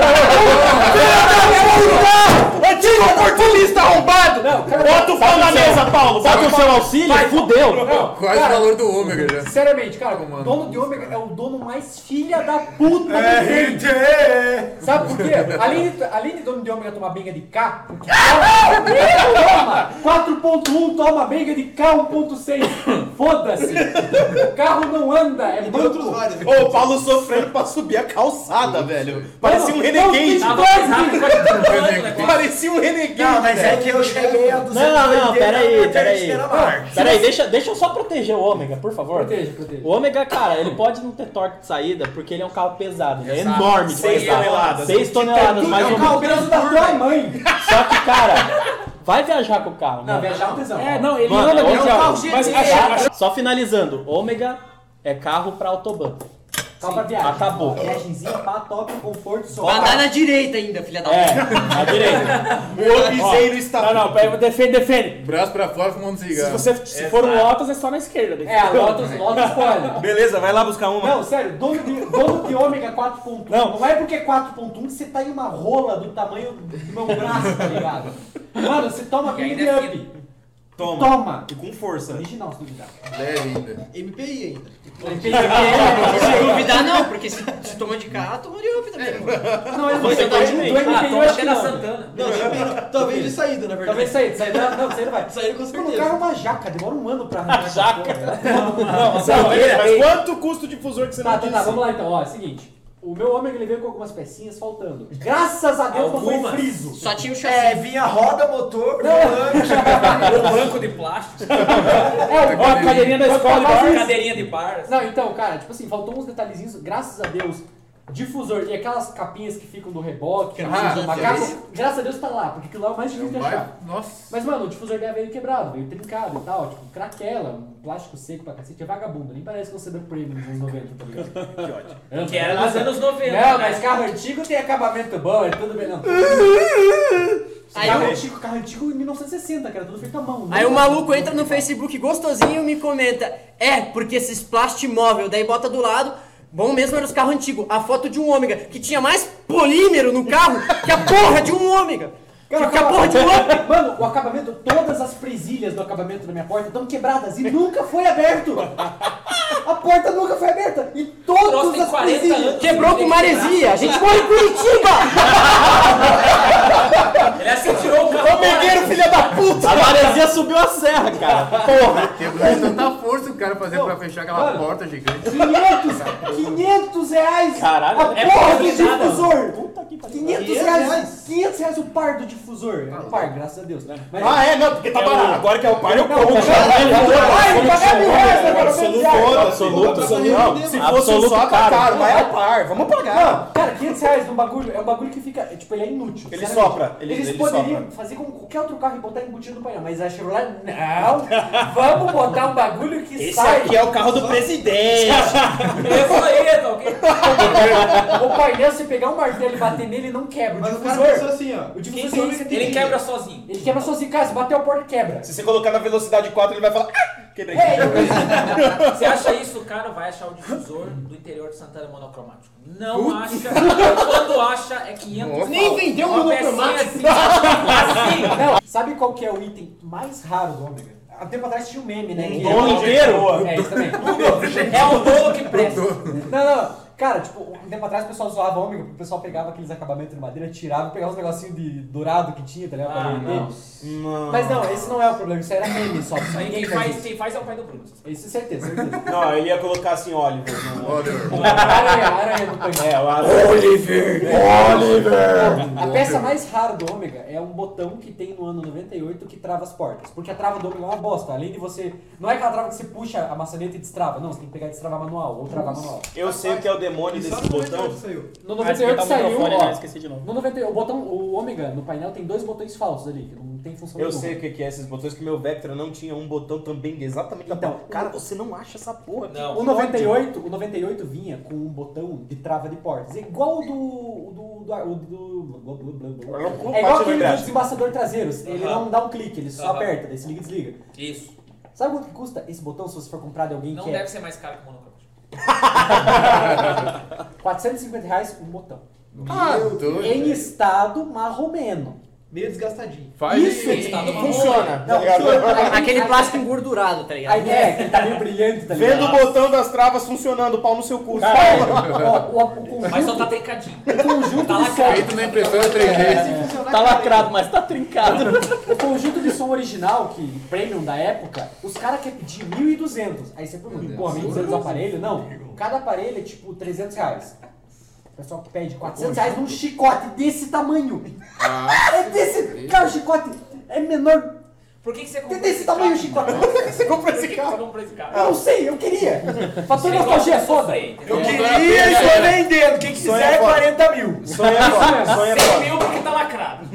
Antigo oportunista arrombado! Não, cara, Bota o pau na mesa, Paulo! Sabe Bota o seu auxílio? Fudeu! não, Quase o cara, valor do ômega já. sinceramente, cara, o Mano. dono de ômega é o dono mais filha da puta que tem. Sabe por quê? Além de, além de dono de ômega tomar benga de K, porque toma quatro ponto um, toma benga de K um ponto seis. Foda-se. O carro não anda, é banco. Ô, o Paulo sofrendo pra subir a calçada, velho. Parecia um Não, renegade. não, Rápido, Parecia um renegade. Não, mas é velho. que eu cheguei a duzentos Não, não, peraí, na peraí. terceira marcha. Peraí, deixa, deixa eu só proteger o ômega, por favor. Proteja, proteja. O ômega, cara, ele pode não ter torque de saída porque ele é um carro pesado, ele é Exato. enorme de Seis pesado. toneladas. seis toneladas, mais É ou o carro menos. peso da tua mãe. Só que, cara, vai viajar com o carro. Não, né? viajar é um tesão. É, não, ele Mano, anda é mesmo. um carro Mas G T. acho, acho, Só finalizando, Ômega é carro pra autobahn. Carro pra viagem. Acabou. Viagemzinha, pá, top, conforto, só. Vai andar na direita ainda, filha da É, puta. à direita. O piseiro está. Não, não, pera, defende, defende. Braço pra fora fumando Se cigarro. você se for um Lotus, é só na esquerda. É, a Lotus, Lotus pode. Beleza, vai lá buscar uma. Não, sério, dono de, dono de ômega quatro ponto um, não. não é porque é quatro ponto um que você tá em uma rola do tamanho do meu braço, tá ligado? Mano, você toma E build ainda é up. Toma. Toma. E com força. Original, se duvidar. Leve ainda. M P I ainda. Se duvidar, não, porque se, se toma de cá, toma de up também. Não, ele Você não tá do de M P I, meio. Ah, eu toma acho até que na não. Santana. Não, M P I, talvez de saída, na verdade. Talvez saída, saída, não, saída vai. Saída com Quando o certeza. carro é uma jaca, demora um ano pra arrancar. Jaca? Não, beleza, mas quanto custa o difusor que você Tá, não tá, disse? tá, vamos lá então, ó, é o seguinte. O meu ômega ele veio com algumas pecinhas faltando. Graças a Deus não foi Algumas? friso. Só tinha o É, chassi. vinha roda, motor, O banco de plástico, É, o Ó, a cadeirinha da escola, quase igual isso. cadeirinha de bar. Não, então, cara, tipo assim, faltou uns detalhezinhos, graças a Deus, difusor e aquelas capinhas que ficam do reboque, que Ah, não macaco, graças a Deus tá lá, porque aquilo lá é o mais difícil de Vai- achar. Nossa. Mas, mano, o difusor dela veio quebrado, veio trincado e tal, tipo, craquela, um plástico seco pra cacete, é vagabundo, nem parece que você deu premium nos anos noventa, tá ligado? Que ótimo. Que era nos anos noventa. Não, né? mas carro antigo tem acabamento bom, é tudo bem, não. Aí carro o- antigo, carro antigo em mil novecentos e sessenta, cara, tudo feito à mão. Aí o maluco entra no Facebook gostosinho e me comenta: é, porque esses plastimóvel, daí bota do lado. Bom mesmo era os carros antigos. A foto de um ômega, que tinha mais polímero no carro que a porra de um ômega. Cara, que a porra de um ômega. Mano, o acabamento, todas as presilhas do acabamento da minha porta estão quebradas e nunca foi aberto. A porta nunca foi aberta e Troço todas tem as quarenta presilhas. anos. Quebrou com maresia. A gente mora em Curitiba. Ele assim tirou o carro. Megueiro, filha da puta! A maresia subiu a serra, cara. Porra. Quebrou de tanta força o cara fazer pra fechar aquela Mano. porta gigante. quinhentos, quinhentos reais Caralho, a é porra do pouco nada. difusor. Puta que pariu. quinhentos reais, quinhentos reais o par do difusor. É um par, graças a Deus. Mas, Ah, é? Não, porque tá barato. Agora que é o pai, eu não, compro. não, Vai, pagar mil reais pra Absoluto, Absoluto, absoluto. Não, se fosse um absoluto só, tá caro. caro. Mas é o par, vamos pagar. Não, cara, quinhentos reais num bagulho, é um bagulho que fica, tipo, ele é inútil. Ele sinceramente. sopra, ele- Eles ele poderiam sopra. fazer como qualquer outro carro e botar embutido no painel, mas a Chevrolet, não, vamos botar um bagulho que Esse sai. aqui é o carro do presidente. Isso aí, tá ok? O painel, você pegar um martelo e bater nele, não quebra. O Mas o cara difusor, pensou assim, ó. o Quem difusor, tem você que tem Ele que- quebra sozinho. Ele quebra sozinho, cara, se bater a porta, quebra. Se você colocar na velocidade quatro, ele vai falar, ah, quebrei. É, eu- Você acha isso, o cara vai achar o difusor do interior de Santana monocromático. Não acha. Quando acha, é quinhentos Nem pau. vendeu um Uma pecinha monocromático. assim. assim. Não, sabe qual que é o item mais raro do Ômega? Há tempo atrás tinha um meme, né? que- dono inteiro? É, isso também. É o dono que presta. Não, não. Cara, tipo, um tempo atrás o pessoal zoava ômega, porque o pessoal pegava aqueles acabamentos de madeira, tirava, pegava uns negocinhos de dourado que tinha, tá ligado? Pra Ah, vender. Não. Mas não, esse não é o problema, isso aí era meme só. Aí Ninguém quem faz faz, isso. quem faz é o pai do Bruno. Isso é certeza, certeza. Não, ele ia colocar assim, Oliver. no- Oliver. Aranha, aranha no painel. É, o Oliver. Oliver! Oliver! A peça mais rara do Ômega é um botão que tem no ano noventa e oito que trava as portas. Porque a trava do Ômega é uma bosta. Além de você. Não é aquela trava que você puxa a maçaneta e destrava. Não, você tem que pegar e destravar manual ou travar manual. Eu sei o que é o demônio Só desse no botão. noventa e oito saiu. No Ah, noventa e oito esquentar o saiu, microfone, ó. né? Esqueci de novo. No noventa e oito, o botão, o Ômega no painel tem dois botões falsos ali, que não tem função Eu nenhuma. sei o que que é esses botões, que meu Vectra não tinha um botão também exatamente da Então, porta. Cara, você não acha essa porra. Não. O noventa e oito, o noventa e oito vinha com um botão de trava de portas, igual o do o do, do, o do é igual aquele do desembaçador traseiro. Ele Aham. não dá um clique, ele só Aham. aperta, daí se liga e desliga. Isso. Sabe quanto que custa esse botão se você for comprar de alguém Não que deve é ser mais caro que o monocromático. quatrocentos e cinquenta reais um botão. Ah, doido. Em estado marromeno. Meio desgastadinho. Faz Isso isso. é Funciona. Não, Aquele plástico engordurado, tá a ligado? ideia é que ele tá meio brilhante, tá Vendo ligado? o botão das travas funcionando, pau no seu cu. Ó, o, o conjunto, Mas só tá trincadinho. o conjunto Tá de lá som. Feito na impressora três D. Tá lacrado, mas tá trincado. O conjunto de som original, que premium da época, os caras querem pedir mil e duzentos. Aí você pergunta, pô, mil e duzentos aparelho? Não. Cada aparelho é tipo trezentos reais. O pessoal pede quatrocentos reais num chicote desse tamanho. É desse. Cara, o chicote é menor. Por que, que você É comprou desse esse tamanho o carro? chicote. Você comprou esse Por que que carro? você comprou esse carro? Eu não sei, eu queria. Fator Você nostalgia é gosta de foda. sofrer, entendeu? Eu queria e tô vendendo. Quem Sonho quiser, é foda. quarenta mil. Sonho é foda. Sonho é cem foda. mil porque tá lacrado.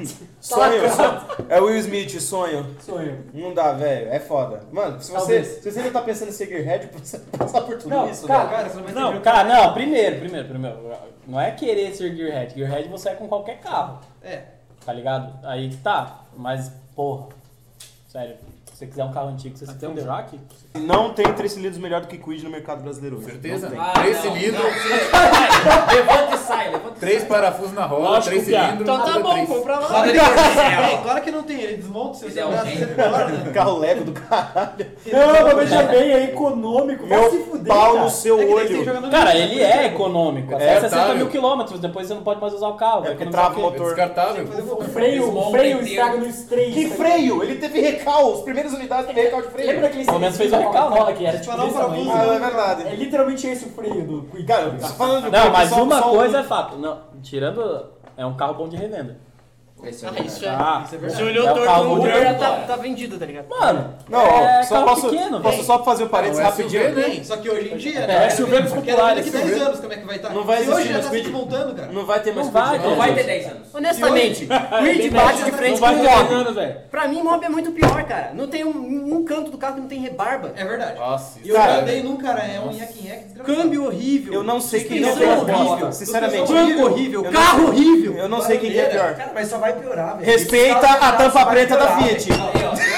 Sonho, sonho. É o Will Smith, sonho. Sonho. Não dá, velho. É foda. Mano, se você, Talvez. se você ainda tá pensando em ser gearhead, você passar por tudo Não, isso, cara, velho. Cara, você não vai ter Não, jogo. cara, não, primeiro, primeiro, primeiro. Não é querer ser gearhead. Gearhead você é com qualquer carro, É. tá ligado? Aí que tá. Mas, porra, sério, se você quiser um carro antigo, você se Tem um fudeu. Jaque? Não tem três cilindros melhor do que Quid no mercado brasileiro hoje. Certeza? Não tem. Ah, Três não, cilindros, não, levanta e sai, levanta e três sai. parafusos na roda, Lógico três que há. cilindros. Então tá roda bom, três. compra lá. Claro, é, claro que não tem, ele desmonta o seu Ele é celular, um você gênio. decora, né? Carro Lego do caralho. Não, mas veja bem, é econômico. Vai se Meu fuder, pau cara. no seu É que nem tem olho. jogando Cara, no- ele é econômico. Até É, sessenta tá, mil meu. quilômetros, depois você não pode mais usar o carro. É vai porque economizar trava o o quê? É motor. descartável. O freio, o Desmonta freio inteiro. estraga nos três. Que freio? Ele teve recal. Os primeiros unidades teve recal de freio. Lembra daquele Pelo menos fez o Coca-Cola recal, né? que era tipo Pra não desse pra tamanho? Ah, é verdade. É literalmente esse o freio do Quick. Cara, você falando de Não, mas só- uma só um- coisa é fato. Não, tirando. É um carro bom de revenda. Ah, isso é. Ah, Isso é verdade. Se olhou É o torto carro no bom de Uber, já revenda. tá, tá vendido, tá ligado? Mano, Não, é só carro posso, pequeno, posso velho. só fazer um parênteses Não, é rapidinho. S U V, né? Tem, só que hoje em dia... É, S U S U V dos populares, Daqui dez anos, como é que vai estar? Não vai Se existir hoje já mais tá se Quid. desmontando, cara. Não vai ter mais Não vai, Quid. Não vai ter dez anos. Honestamente, Quid bate de frente Não com vai o ter dez Mob. anos, velho. Pra mim, Mob é muito pior, cara. Não tem um, um canto do carro que não tem rebarba. É verdade. Nossa, E eu Cara, já dei num cara, é um nheque-nheque desgraçado. Câmbio horrível. Eu não sei quem é suspensão pior. horrível. Sinceramente. Banco horrível. Eu não Carro sei- horrível. Eu não sei quem que é pior. Cara, mas só vai piorar, velho. Respeita Esse carro a tampa só vai preta da piorar, Fiat. velho.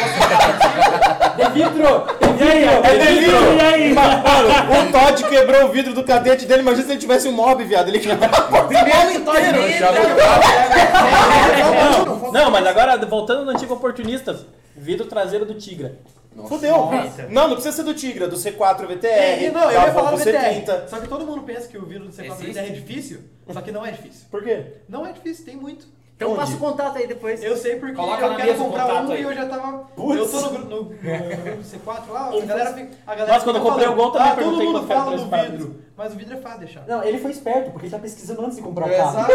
De vidro! E aí, ó? É delírio! E aí? Mano, o Todd quebrou o vidro do cadete dele, imagina se ele tivesse um mob, viado. Ele quebrava o mob inteiro. Chave do carro. Não, não, mas agora, voltando no antigo oportunistas, vidro traseiro do Tigra. Fudeu. Não, não precisa ser do Tigra, do C quatro V T R, É, não, eu da ia falar do Volvo V T C R. trinta. Só que todo mundo pensa que o vidro do C quatro V T R é difícil, só que não é difícil. Por quê? Não é difícil, tem muito. Então Onde? passa o contato aí depois. Eu sei porque Coloca eu na quero mesa o comprar contato um aí. e eu já tava... Eu tô no, gru- no, no C quatro lá, a galera fica... A galera Mas quando eu fica comprei o falando, Gol também ah, todo perguntei mundo quanto era o fala preço do do para-brisa. vidro, mas o vidro é fácil de deixar. Não, ele foi esperto, porque ele tá pesquisando antes de comprar o É, carro. exato.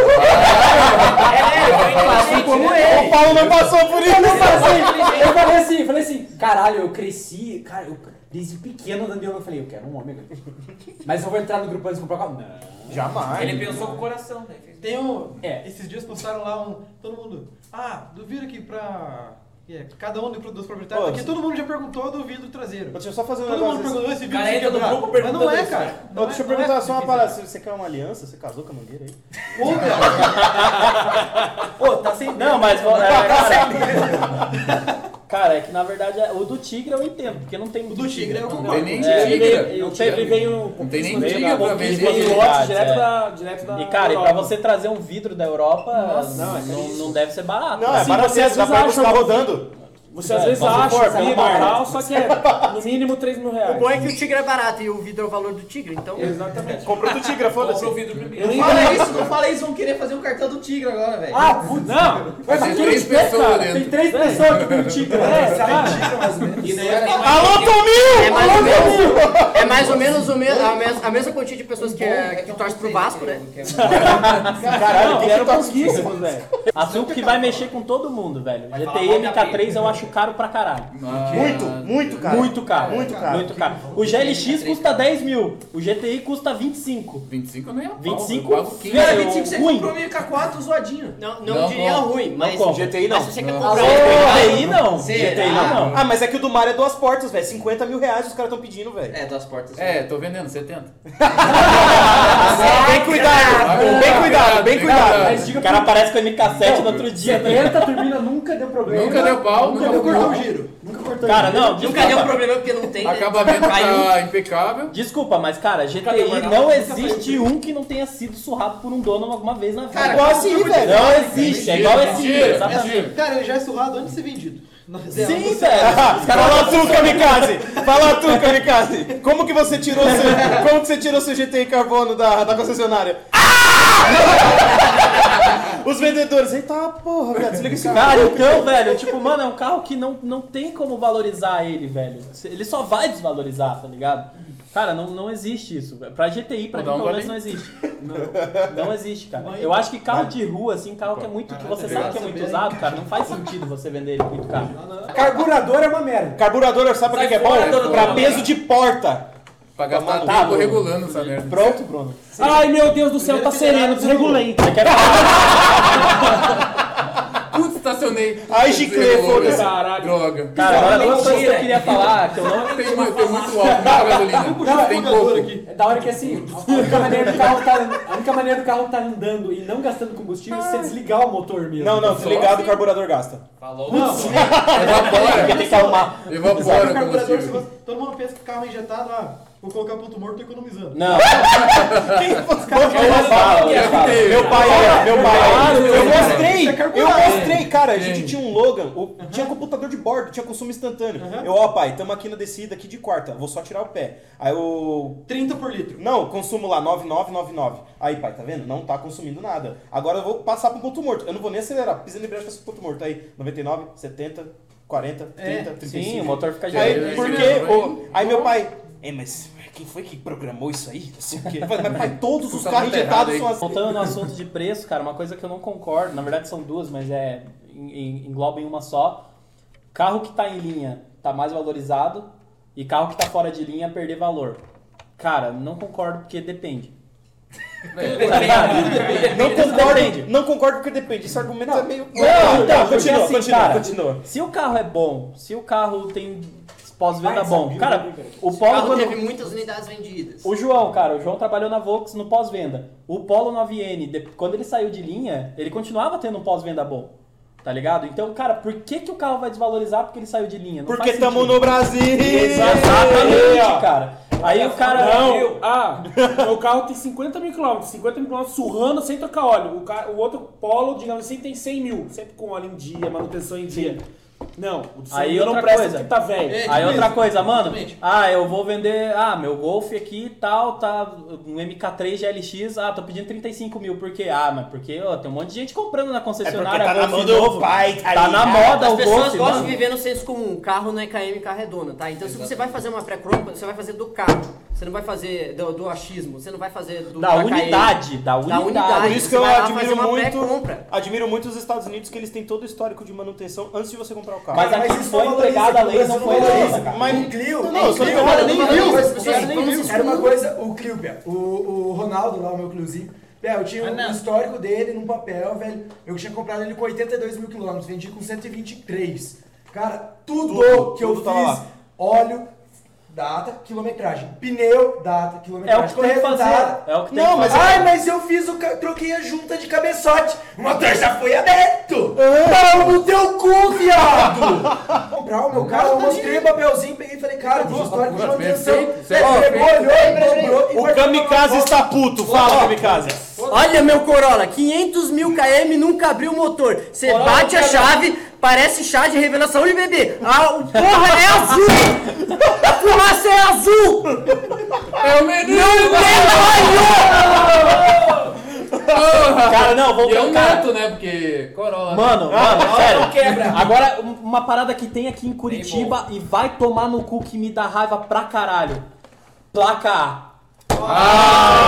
Assim como ele. O Paulo não passou por Eu não isso. passei, eu falei assim, falei assim, caralho, eu cresci, cara, eu desde pequeno andando de eu falei, eu quero um homem. Mas eu vou entrar no grupo antes de comprar o carro. Não. Jamais. Ele pensou com o coração, né? Fez- Tem um... É. Esses dias postaram lá um... Todo mundo... Ah, do vidro aqui pra... é, cada um dos proprietários. Pô, Aqui todo mundo já perguntou do vidro traseiro. Deixa eu só fazer um Todo mundo negócio. desse. perguntou esse vidro Cara, se entra no quebrar. grupo Mas não perguntando é, isso, cara. né? Não Ô, deixa eu é- não perguntar é só uma difícil. parada. Você quer uma aliança? Você casou com a Mangueira aí? Pô, cara. Pô, tá sem Não, mas ideia, né? é, cara, cara, é que na verdade é- o do Tigre eu entendo, porque não tem O muito do Tigre eu Não concordo. tem nem É, Ele Tigra. veio, eu teve, veio Não tem nem veio Tigra da pra Volvo, vender. veio veio de lote verdade, direto é. da, direto da E cara, e pra Europa. você trazer um vidro da Europa, Nossa, não, não, é não, caríssimo. não deve ser barato. Não, é Assim, barato, você às dá vezes pra buscar acha- rodando. Você às É, vezes só se acha for, o vidro e pela tal, só que é no mínimo três mil reais. O bom é que o Tigre é barato e o vidro é o valor do Tigre, então... Exatamente. Comprou do Tigra, foda-se. Comprou o vidro primeiro. Eu Não fala isso, não fala isso, vão querer fazer um cartão do Tigre agora, velho. Ah, putz, Não, Vai mas ter aquele três pé, pessoas cara, dentro. tem três pessoas que tem o Tigre. É, cara. E daí tem mais- Alô, É Tominho! mais ou menos, é mais ou menos o me- a, mes- a mesma quantia de pessoas que, é, que torce pro Vasco, né? Caralho, Não, que eram era pouquíssimos, velho. Assunto que vai mexer com todo mundo, velho. G T I M K três eu acho caro pra caralho. Ah, Muito, muito caro. Muito caro. Muito caro. Muito caro. O G L X custa dez mil, o G T I custa vinte e cinco. vinte e cinco nem é pau, vinte e cinco? eu pago quinze. Cara, Velho, vinte e cinco você ruim. comprou um M K quatro zoadinho. Não, não, Não diria compro. ruim, mas, compro. G T I não. mas se você quer Não. comprar... G T I não. Será? G T I não. Ah, mas é que o do Mario é duas portas, velho. cinquenta mil reais os caras estão pedindo, velho. É, das portas. É, tô vendendo, setenta. Bem cuidado, bem cuidado, bem cuidado. Mas diga O cara aparece com o M K sete no outro dia. né? setenta turbina nunca deu problema. Nunca deu pau, nunca nunca deu cortou cortou o giro. Nunca cortou Cara, giro. não, Nunca desculpa. deu problema porque não tem, né? Acabamento Caiu. tá impecável. Desculpa, mas cara, G T Cadê o I guardanapo? não Nunca existe um que não tenha sido surrado por um dono alguma vez na vida. Cara, igual assim, velho. Não existe, é igual esse Mentira, exatamente. mentira. Cara, ele já é surrado antes de ser vendido. Sim, velho. Fala tu, Kamikaze! Fala tu, Kamikaze! Como que você tirou seu, como que você tirou seu G T I carbono da, da concessionária? Os vendedores, eita porra, velho, desliga esse Cara, então, velho, tipo, mano, é um carro que não, não tem como valorizar ele, velho. Ele só vai desvalorizar, tá ligado? Cara, não, não existe isso. Pra G T I, pra mim, Vou dar um pelo menos não golinho. existe. Não, não existe, cara. Eu acho que carro de rua, assim, carro que é muito, que você sabe que é muito usado, cara, não faz sentido você vender ele muito caro. Carburador é uma merda. Carburador, sabe pra que que é bom? fora, dona Pra Dona. peso de porta. Pra gastar Tá, tempo Bruno. regulando essa merda. Pronto, Bruno. Ai, meu Deus do céu, tá sereno, desregulei. Você quer Putz, estacionei estacionei. Ai, Giclê, foda-se. Caralho. Droga. Cara, agora duas mentira. coisas que eu queria falar, que eu não... Tem muito, tem muito álcool, muita gasolina. Não, Tem pouco. É da hora que assim, a única maneira do carro tá, a única maneira do carro tá andando e não gastando combustível é você desligar o motor mesmo. Não, não, desligado o carburador gasta. Falou. Não, Evapora. Tem que arrumar. Evapora o o carburador, se combustível. você- todo mundo pensa que o carro é injetado, ah, vou colocar ponto morto, tô economizando. Não. Meu pai, é, meu pai. é. Eu mostrei, Isso é eu carburado. mostrei, cara. A gente tinha um Logan, o- tinha computador de bordo, tinha consumo instantâneo. Eu, ó, pai, tamo aqui na descida aqui de quarta, vou só tirar o pé. Aí o. trinta por litro. Não, consumo lá nove nove nove nove. Aí, pai, tá vendo? Não tá consumindo nada. Agora eu vou passar pro ponto morto. Eu não vou nem acelerar, pisa em embreagem pra ponto morto. Aí, noventa e nove, setenta, quarenta, trinta, trinta e cinco. Sim, o motor fica Aí, girando. porque, ô, aí meu pai, é, mas quem foi que programou isso aí? Não sei o quê. Eu falei, mas pai, todos os Tá carros muito errado, injetados hein? são assim. Voltando no assunto de preço, cara, uma coisa que eu não concordo, na verdade são duas, mas é em- em- engloba em uma só. Carro que tá em linha tá mais valorizado e carro que tá fora de linha perder valor. Cara, não concordo porque depende. Tá ligado? Não Depende. concordo, não concordo porque depende. Esse argumento é meio. Não, então, porque continua, assim, continua, cara, continua. se o carro é bom, se o carro tem pós-venda Vai, bom, sabe, cara, né, cara? o O Polo carro quando... teve muitas unidades vendidas. O João, cara, o João trabalhou na Volks no pós-venda. O Polo nove N, de- quando ele saiu de linha, ele continuava tendo um pós-venda bom. Tá ligado? Então, cara, por que, que o carro vai desvalorizar porque ele saiu de linha? Não Porque faz tamo sentido. no Brasil! Exatamente, cara. Aí o cara... Não, ah, o carro tem cinquenta mil quilômetros, cinquenta mil quilômetros surrando sem trocar óleo. O, ca- o outro Polo, digamos assim, tem cem mil, sempre com óleo em dia, manutenção em dia. Não, o de Aí cem mil não outra presta coisa. porque tá velho. É, Aí tipo outra isso. coisa, mano, Exatamente. ah, eu vou vender, ah, meu Golf aqui e tal, tá, um M K três G L X, ah, tô pedindo trinta e cinco mil, por quê? Ah, mas porque, ó, tem um monte de gente comprando na concessionária, É porque tá na Golf mão do novo, pai, tá tá na ligado? moda As o pessoas Golf, gostam mano. de viver no senso comum. Carro não é K M, carro é dona, tá? Então se você vai fazer uma pré-compra, você vai fazer do carro. Você não vai fazer do, do achismo, você não vai fazer do Da K M. unidade, da unidade. unidade. Por isso que Você eu vai lá admiro fazer uma muito, pré-compra. admiro muito os Estados Unidos, que eles têm todo o histórico de manutenção antes de você comprar o carro. Mas aqui isso foi não empregada a valoriza, lei, não isso foi valoriza, lei. cara. Mas- o Clio, Não, eu só Clio, tô falando, nem nem viu. viu, Era as pessoas nem viu. Era uma coisa, o Clio, Pia, o, o Ronaldo lá, o meu Cliozinho, Pia, eu tinha Mas um não. histórico dele num papel, velho. Eu tinha comprado ele com oitenta e dois mil quilômetros, vendi com cento e vinte e três. Cara, tudo, Tudo, que eu tudo tava fiz, lá. óleo, data, quilometragem. Pneu, data, É o quilometragem. que tem que fazer, Correia é o que tem Não, que mas fazer. Ai, mas eu fiz o. ca- Troquei a junta de cabeçote. O motor já foi aberto. Pau no teu cu, viado. Comprar o meu carro, eu mostrei o papelzinho, peguei e falei, cara, fiz histórico de manutenção. Perfeito, Ele pegou, olhou, dobrou e O vai Kamikaze está puto, fala, Kamikaze. Olha meu Corolla, quinhentos mil km, nunca abriu o motor. Você Corolla bate a nunca chave, parece chá de revelação de bebê. Ah, o porra é azul! A fumaça é azul! É o menino! Cara, não, E é voltando, um cara. neto, né? Porque Corolla. Mano, mano, sério. quebra. Agora, uma parada que tem aqui em Curitiba e vai tomar no cu que me dá raiva pra caralho. Placa A.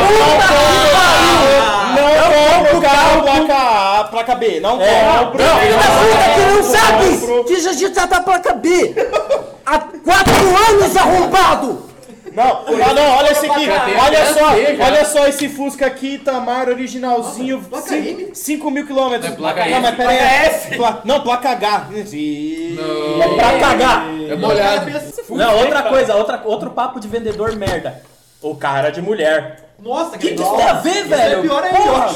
Não compra o carro, placa A, placa B. Não É, compra. não, Filho da puta que não sabe que já já tá placa B! Há quatro anos arrombado! Não, não, não, olha esse aqui. Tem Olha até só, C já. olha só esse Fusca aqui, Itamar, originalzinho, cinco mil quilômetros. É placa Não, F. mas pera aí. Pla- Não, placa H. Ih. Não. pra cagar. É molhado. Não, outra coisa, outra, outro papo de vendedor merda. O carro era de mulher. Nossa, O que, que isso tem a ver, velho? é pior ainda, eu Porra. acho.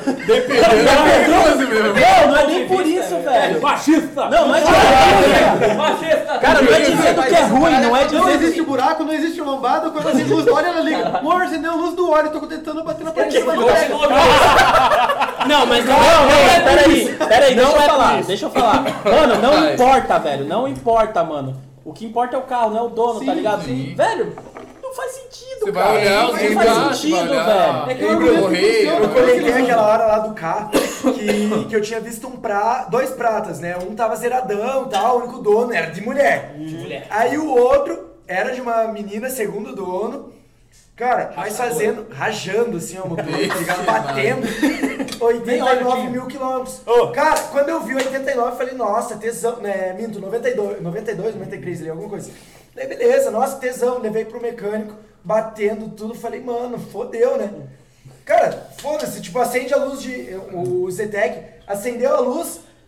Não, não é nem por isso, velho. Machista! Não, não é dizendo. Machista! Cara, não é dizendo que é ruim, não é Não dizendo existe que. buraco, não existe lombada, quando acende luz do óleo, ela liga. Amor, acendeu a luz do óleo, tô tentando bater na parede. mas não pega. Não, mas não, não, não, peraí, peraí, deixa eu falar, deixa eu falar. Mano, não Vai. importa, velho, não importa, mano. O que importa é o carro, não é o dono, tá ligado? sim. Velho, não faz sentido, Você cara. vai olhar não os faz engates, sentido, vai olhar. velho. É que o Ei, argumento correio, funciona, Eu comentei aquela hora lá do carro que, que eu tinha visto um pra, dois pratas, né? Um tava zeradão e tal, o único dono era de mulher. De mulher. Aí o outro era de uma menina, segundo dono. Cara, mas fazendo, rajando assim o motor, tá ligado? Batendo oitenta e nove mil quilômetros. Cara, quando eu vi oitenta e nove, eu falei, nossa, tesão, né? Minto, noventa e dois, noventa e dois, noventa e três ali, alguma coisa. Daí beleza, nossa, tesão, levei pro mecânico, batendo tudo, falei, mano, fodeu, né? Cara, foda-se, tipo, acende a luz de. O Zetec acendeu a luz,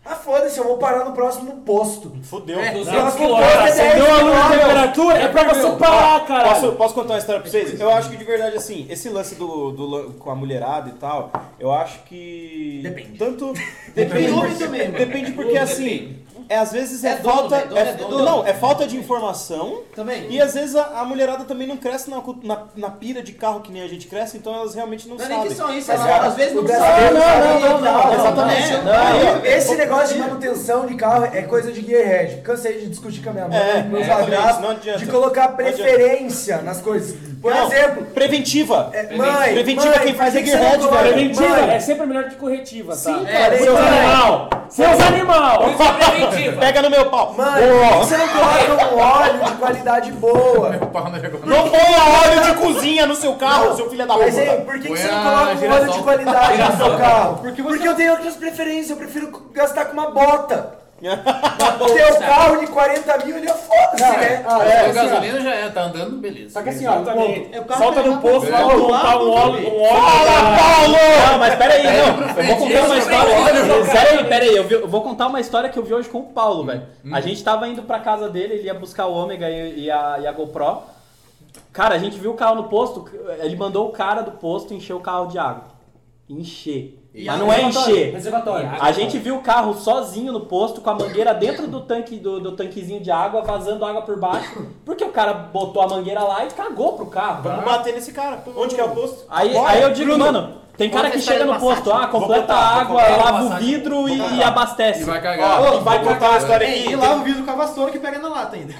Ah, foda-se, eu vou parar no próximo posto. Fudeu. É, No não, próximo não, posto é dez acendeu a luz de quilômetros. temperatura, é pra você parar, cara. Posso, posso contar uma história pra vocês? Eu acho que de verdade, assim, esse lance do, do lan- com a mulherada e tal, eu acho que. Depende. Tanto. Depende, Homem porque, também, mano. depende porque assim. É, às vezes é, É dono, falta. velho, dono é- é dono. Não, é falta de informação. Também. E às vezes a, a mulherada também não cresce na, cu- na, na pira de carro que nem a gente cresce, então elas realmente não, Não é sabem. nem que são isso, Mas, ela- cara, às vezes o não brasileiro sabe. sabe não, não, legal, não, exatamente. né? Não, Aí, eu- esse negócio de manutenção de carro é coisa de gearhead. Cansei de discutir com a minha mãe, É, com meus exatamente, padrastos, não adianta. de colocar Não adianta. preferência nas coisas. Por Não, exemplo, Preventiva. é, mãe, Preventiva mãe, quem faz por é que que você gearhead, não coloca- velho. Preventiva Mãe, é sempre melhor que corretiva, tá? Sim, É, cara, seus mãe. animal! Seus animal! Isso é preventiva. Pega no meu pau. Mãe, por que que você não coloca um óleo de qualidade boa? Meu pau não chegou. Não ponha óleo de cozinha no seu carro, seu filho da Mas aí, puta. por que, que Põe você não a coloca um óleo girassol. de qualidade no seu carro? Porque Porque, você- eu tenho outras preferências, eu prefiro gastar com uma bota. Ter o carro de quarenta mil, ele é foda-se, né? Ah, A é, assim, ó. gasolina já é, tá andando, beleza. Só que assim, ó, Exatamente. ponto. É, o carro Solta pega no posto, lá vai pro montar lado, um óleo, um óleo. Fala, Paulo! Não, mas peraí, não. Eu vou contar uma Isso história. é Peraí, peraí, eu, vi- eu vou contar uma história que eu vi hoje com o Paulo, velho. A gente tava indo pra casa dele, ele ia buscar o Ômega e, e a, e a GoPro. Cara, a gente viu o carro no posto, ele mandou o cara do posto encher o carro de água. Encher. Mas não é encher. Reservatório. A gente viu o carro sozinho no posto, com a mangueira dentro do tanque do, do tanquezinho de água, vazando água por baixo, porque o cara botou a mangueira lá e cagou pro carro. Vamos bater nesse cara. Onde que é o posto? Aí, Bora. aí eu digo, mano, tem cara Conta a que chega história no do posto, Passat. ah, completa contar, a vou água, contar. lava o vidro e, e abastece. E vai cagar. Ó, vai contar uma história aqui. E lá o vidro com a vassoura que pega na lata ainda.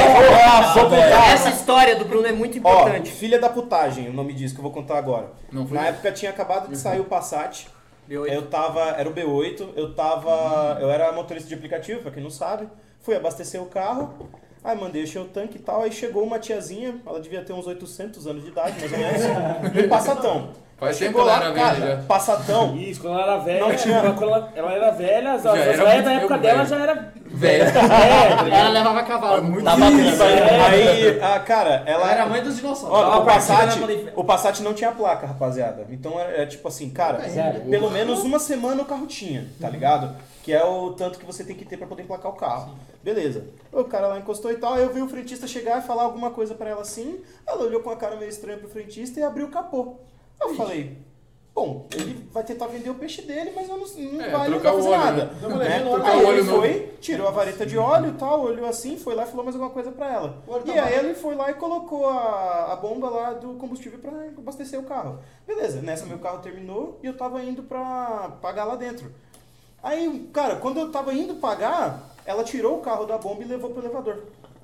É, vou contar. Essa história do Bruno é muito Ó, importante. filha da putagem, o nome disso que eu vou contar agora. Não foi Na isso. época tinha acabado de sair o Passat. B oito. Eu tava, era o B oito, eu tava, eu era motorista de aplicativo, pra quem não sabe. Fui abastecer o carro, aí mandei encher o tanque e tal, aí chegou uma tiazinha, ela devia ter uns oitocentos anos de idade, mais ou menos, um Passatão. Faz Aí tempo chegou que lá, ela era velha cara, já. Passatão. Isso, quando ela era velha, Não tinha. quando ela, ela era velha, as, Já as era velhas muito da época tempo dela velho. já era Velho. É, tá ligado? Ela levava cavalo. Muito Tava isso. viva, né? Aí, a cara, ela Ela era a mãe dos dinossauros. Ó, Tava o partida Passat, na Polifé. o Passat não tinha placa, rapaziada. Então é, é tipo assim, cara, Sério? pelo menos uma semana o carro tinha, tá ligado? Que é o tanto que você tem que ter pra poder emplacar o carro. Beleza. O cara lá encostou e tal, aí eu vi o frentista chegar e falar alguma coisa pra ela assim. Ela olhou com a cara meio estranha pro frentista e abriu o capô. Eu falei, bom, ele vai tentar vender o peixe dele, mas eu não, não É, vai, não trocar vai o fazer óleo, nada. né? Né? Trocar Aí o óleo ele novo. foi, tirou a vareta de óleo e tal, olhou assim, foi lá e falou mais alguma coisa pra ela. O óleo tá E aí baixo. ele foi lá e colocou a, a bomba lá do combustível pra abastecer o carro. Beleza, nessa meu carro terminou e eu tava indo pra pagar lá dentro. Aí, cara, quando eu tava indo pagar, ela tirou o carro da bomba e levou pro elevador.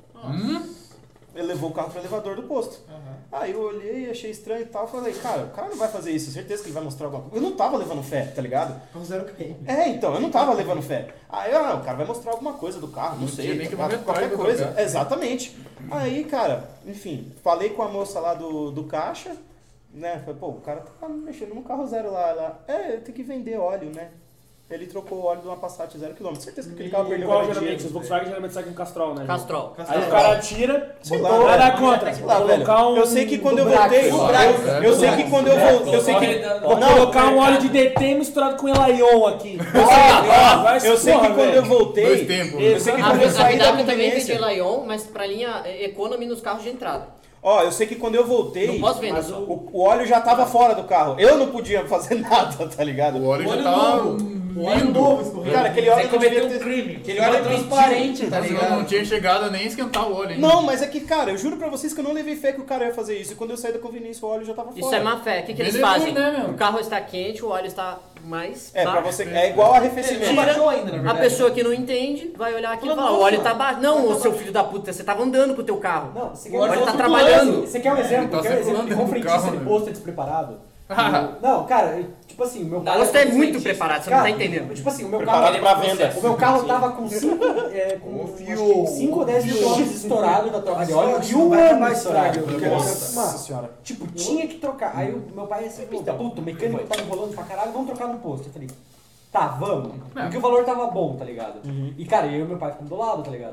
Ele levou o carro pro elevador do posto. Aí eu olhei, achei estranho e tal, falei, cara, o cara não vai fazer isso, certeza que ele vai mostrar alguma coisa. Eu não tava levando fé, tá ligado? Com zero K. É, então, eu não tava levando fé. Aí, ah, o cara vai mostrar alguma coisa do carro, não, Não sei, tinha nem que qualquer, botar qualquer pra coisa. trocar. Exatamente. Aí, cara, enfim, falei com a moça lá do, do caixa, né? Falei, pô, o cara tá mexendo no carro zero lá. Ela, é, tem que vender óleo, né? Ele trocou o óleo de uma Passat zero quilômetro. Certeza que aquele carro perdeu Qual garantia. geralmente? Os Volkswagen geralmente saem com Castrol, né? Castrol. Aí o cara tira, Sei botou, lá, vai dar velho. contra. Sei lá, Vou velho. colocar um... Eu sei que quando eu do Brax. voltei, Do eu, Brax. eu sei que quando eu voltei, eu sei que Vou colocar um óleo de D T misturado com Elayon aqui. Ó, Vai se eu sei que porra, quando velho. eu voltei, Dois tempos. eu sei que A, quando eu a saí da B W também vende conveniência, Lion, mas pra linha Economy nos carros de entrada. ó, eu sei que quando eu voltei, Não pós-venda mas só. o, o óleo já tava fora do carro. Eu não podia fazer nada, tá ligado? O óleo já Óleo tava novo. O óleo lindo. novo escorrendo. Cara, aquele óleo Você não devia cometeu um ter... crime. Aquele óleo é transparente, tá Mas eu ligado? não tinha chegado a nem esquentar o óleo ainda. Não, mas é que, cara, eu juro pra vocês que eu não levei fé que o cara ia fazer isso. E quando eu saí da conveniência, o óleo já tava fora. Isso é má fé. O que, que eles Beleza, fazem? né, meu? O carro está quente, o óleo está mais É, pra baixo. você... É igual Ele arrefecimento. não baixou ainda, na A verdade. pessoa que não entende vai olhar aqui e falar, o óleo tá baixo. Não, ô seu filho da puta, você tava andando com o teu carro. Não, você O quer óleo um tá exemplo? trabalhando. Você quer um exemplo? Ele tá quer um exemplo de circulando como dentro do frentista carro, de né? posto é despreparado? Não, cara, eu- tipo assim, o meu carro... Você é muito preparado, você não Cara, tá entendendo. Tipo assim, o meu Preparado carro... pra venda. O meu carro tava com cinco é, com cinco ou dez mil quilômetros estourado da troca de óleo e um Vai ano mais estourado. estrago. Nossa Nossa senhora. Tipo, tinha que trocar. Aí o meu pai assim, puta, puta, o mecânico tá enrolando pra caralho, vamos trocar no posto. Eu falei, tá, vamos. Porque o valor tava bom, tá ligado? E cara, eu e meu pai ficamos do lado, tá ligado?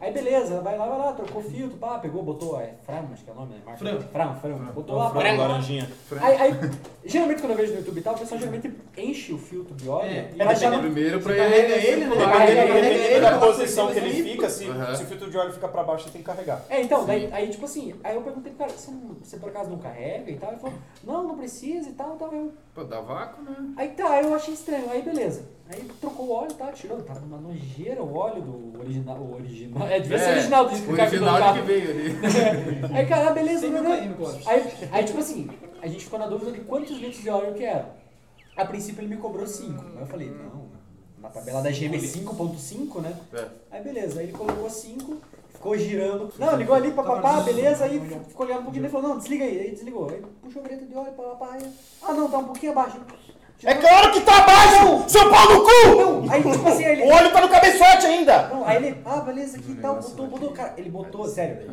Aí beleza, vai lá, vai lá, trocou filtro, pá, pegou, botou, é Fram, acho que é o nome, né? Marca? Fram. Fram, Fram, botou lá, Frango, pá. laranjinha. Aí, aí, geralmente quando eu vejo no YouTube e tal, o pessoal geralmente enche o filtro de óleo É, e vai já no... Primeiro pra Carrega ele. ele, né? Carrega ele, Dependendo ele, da ele, posição ele, que ele ele, fica, se, Uhum. se o filtro de óleo fica pra baixo, você tem que carregar. É, então, daí, aí tipo assim, aí eu perguntei, cara, você, não, você por acaso não carrega e tal? Ele falou, não, não precisa e tal, tal, eu... Pô, dá vácuo, né? Aí tá, eu achei estranho, aí beleza. Aí trocou o óleo, tá, tirou, tava uma nojeira o óleo do original, o original, é, devia ser É, original disso que O o cara original carro. de que veio ali. Aí, cara, beleza, cem mil né? quilômetros. Aí, aí, tipo assim, a gente ficou na dúvida de quantos litros de óleo eu quero. A princípio ele me cobrou cinco. Aí eu falei, não, na tabela da G M é cinco ponto cinco, né? É. Aí beleza, aí ele colocou cinco, ficou girando. Não, ligou ali, papapá, beleza, aí ficou olhando um pouquinho e falou, não, desliga aí. Aí desligou. Aí puxou a vareta de óleo, papapá. Aí, ah, não, tá um pouquinho abaixo. É claro que tá abaixo! Seu pau no cu! Não, aí tipo assim, aí ele... O óleo tá no cabeçote ainda! Não, aí ele, ah, beleza, aqui e tal, botou, botou, cara, ele botou, sério.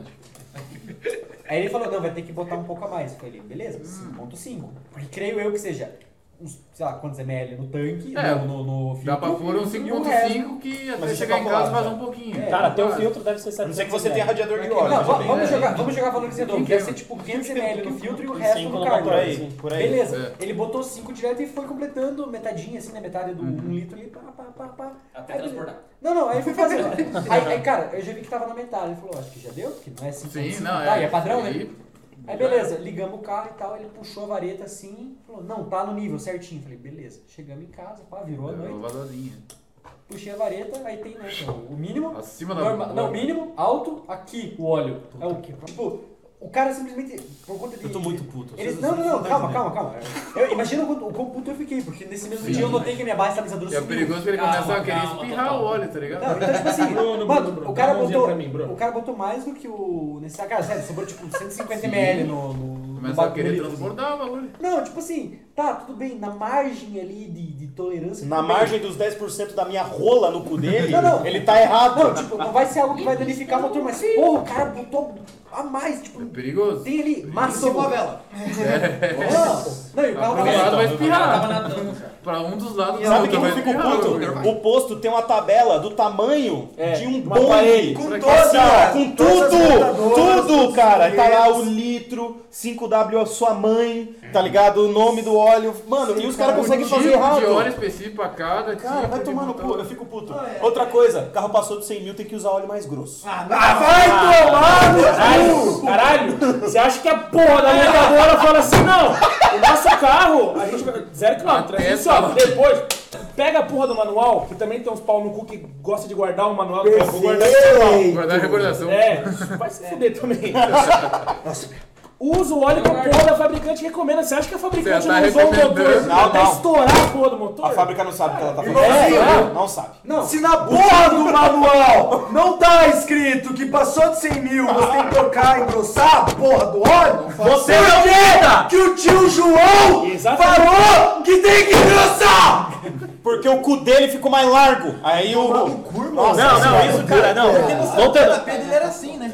Aí ele falou, não, vai ter que botar um pouco a mais. Eu falei, beleza, cinco ponto cinco. Porque creio eu que seja uns, sei lá, quantos ml no tanque, É, no, no, no filtro. Dá pra pôr um e o cinco ponto resto. cinco que até Mas isso é chegar em casa calculado, faz né? um pouquinho. É. Cara, teu Quase. filtro deve ser A setecentos não ser que você tenha mililitros. radiador de óleo. Não, veja va- bem. vamos É. jogar, vamos jogar valorizador, deve ser tipo quinhentos mililitros no filtro e o resto Cinco no no carro. motor, Por aí, sim. por aí. Beleza, É. ele botou cinco direto e foi completando metadinha, assim, né? Metade do um litro ali, pá, pá, pá, pá. Até Aí, transportar. Não, não, aí fui fazendo. aí, aí, cara, eu já vi que tava na metade. Ele falou, acho que já deu, porque não é cinco ponto cinco. Sim, não, Tá, é. e é padrão, né? Aí, Aí beleza, ligamos o carro e tal, ele puxou a vareta assim, falou, não, tá no nível certinho. Falei, beleza, chegamos em casa, pá, virou a Deu noite. uma valorzinha. Puxei a vareta, aí tem, né, o mínimo, Acima da norma, bola. não, mínimo, alto, aqui o óleo. É o que? Tipo, o cara simplesmente, por conta de... Eu tô muito puto. Eles, Vocês não, não, não, estão calma, entendendo. calma, calma. Eu, imagina o quanto- o quão puto eu fiquei, porque nesse mesmo Sim. dia eu notei que a minha base estabilizadora E é subiu. perigoso que ele Calma, começa a querer calma, espirrar total. o óleo, tá ligado? Não, então, tipo assim, Bruno, mano, Bruno, Bruno, o cara dá uma mãozinha botou, pra mim, Bruno. o cara botou mais do que o, nesse, cara, sério, sobrou tipo cento e cinquenta mililitros no, no, no Começa a bagulho, querer assim. transbordar o valor. Não, tipo assim, tá, tudo bem, na margem ali de, de tolerância. Na tudo bem. margem dos dez por cento da minha rola no cu dele, Não, não. ele tá errado. Não, tipo, não vai ser algo que vai danificar o motor, mas porra, o cara botou a mais, tipo, É perigoso. tem ali Passou máximo. a vela. Não, não, e o carro Pra um tava... lado vai Tava espirrar. nadando, cara. Pra um dos lados Sabe do que eu vai fico espirrar, puto? meu. O posto tem uma tabela do tamanho É, de um uma bonde. parede. Com Pra todas, Assim, ó, com todas as tudo, montadoras, tudo, todos cara. os Tá lá o clientes. litro, cinco W a sua mãe, tá ligado? O nome do óleo. Mano, e os caras Um conseguem tipo fazer de errado. óleo específico pra cada Cara, tipo vai de tomar no motor. cu, eu fico puto. Outra coisa, carro passou de cem mil, tem que usar óleo mais grosso. Ah, vai tomar no Caralho, caralho, você acha que a porra da montadora fala assim, não, o nosso carro, a gente vai, zero quilômetro, a gente só, depois, pega a porra do manual, que também tem uns pau no cu que gosta de guardar o manual, que eu vou guardar esse manual. Guardar a recordação. É, vai se fuder também. Usa o óleo que a porra da fabricante recomenda. Você acha que a fabricante Você tá não usou o motor recomendando. Não, até não. estourar a porra do motor? A fábrica não sabe o que ela tá fazendo. Irmãozinho, É, não sabe. Não, Se na porra do manual não tá escrito que passou de cem mil, você tem que trocar, engrossar a porra do óleo, você acredita que o tio João Exatamente. falou que tem que engrossar! Porque o cu dele ficou mais largo. Aí o. Nossa, Não, não, isso, cara, não. Voltando. A pedra ele era assim, né?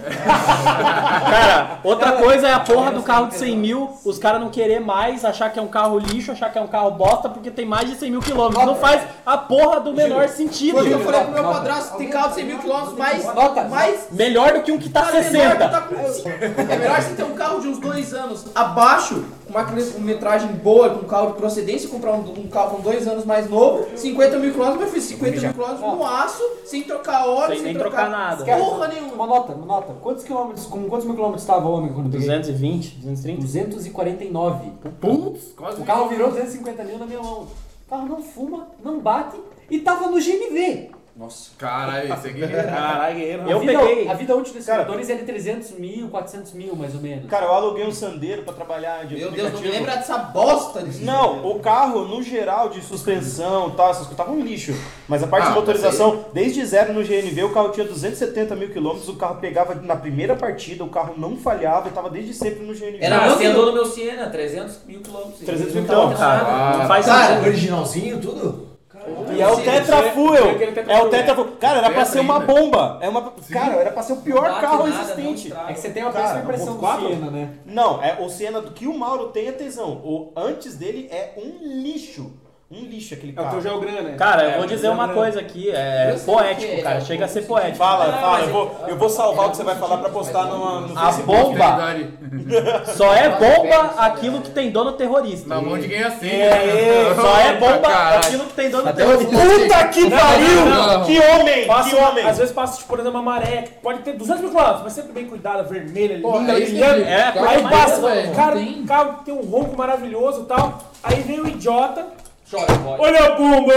Cara, outra coisa é a porra do carro de cem mil, os caras não querer mais, achar que é um carro lixo, achar que é um carro bosta, porque tem mais de cem mil quilômetros. Não faz a porra do menor sentido. Quando eu falei pro meu padrasto, tem carro de cem mil quilômetros mais, Nota. mais Melhor do que um que tá Cara, é melhor que sessenta. tá com cinco. É melhor você ter um carro de uns dois anos abaixo, com uma quilometragem boa, com um carro de procedência, comprar um, um carro com dois anos mais novo, cinquenta mil quilômetros, meu filho, cinquenta mil quilômetros no aço, sem trocar óleo, Sem sem, nem trocar, trocar nada. porra nenhuma. uma nota, uma nota. Quantos quilômetros, com quantos mil quilômetros estava o homem quando eu peguei? duzentos e vinte, duzentos e trinta? duzentos e quarenta e nove. Putz, quase. O carro virou duzentos e cinquenta mil na minha mão. O carro não fuma, não bate e tava no G M V. Nossa. Caralho, esse aqui. Caralho, guerreiro. Eu a vida, peguei. A vida útil desses Cara, motores é de trezentos mil, quatrocentos mil, mais ou menos. Cara, eu aluguei um Sandero pra trabalhar de Meu Deus, não me aplicativo. lembra dessa bosta desse Não, o carro, no geral, de suspensão e tal, essas coisas, tava um lixo. Mas a parte Ah, de motorização, desde zero no G N V, o carro tinha duzentos e setenta mil quilômetros, o carro pegava na primeira partida, o carro não falhava, e tava desde sempre no G N V. Era Cara, você andou no meu Siena, trezentos mil quilômetros. trezentos mil Não tava quilômetros. tendo nada. Ah, Não faz Cara, sentido. originalzinho, tudo? E é o Tetra Fuel. aquele Tetra É o Fuel. Tetra Fuel. Cara, era pra Tetra ser uma ainda. bomba. É uma... Cara, era pra ser o pior Não bate carro nada, existente. não estraga. É que você tem uma Cara, péssima impressão um do ponto quatro? Siena, né? Não, é o Siena do que o Mauro tem é tesão. O antes dele é um lixo. Um lixo aquele É o carro. teu Geogran, né? Cara, eu É, vou o dizer uma Geogran. coisa aqui, é Eu sei poético, que cara, é, chega a ser eu- poético. Fala, Não, fala, mas eu vou, eu vou salvar o que você vai falar pra postar no, no A Facebook. bomba só é bomba aquilo que tem dono terrorista. Na mão de quem assim. É, só é bomba Caralho. aquilo que tem dono terrorista. Puta que pariu! não, não. Que homem! Passa Que uma- homem! Às vezes passa, tipo, por exemplo, uma maré que pode ter duzentos mil quilômetros, mas sempre bem cuidada, vermelha, Pô, linda, é isso que brilhando. eu digo. É, Cara, Aí mas, passa, velho, cara, não tem. um carro que tem um ronco maravilhoso e tal. Aí vem o idiota, Chora, boy. olha a bomba!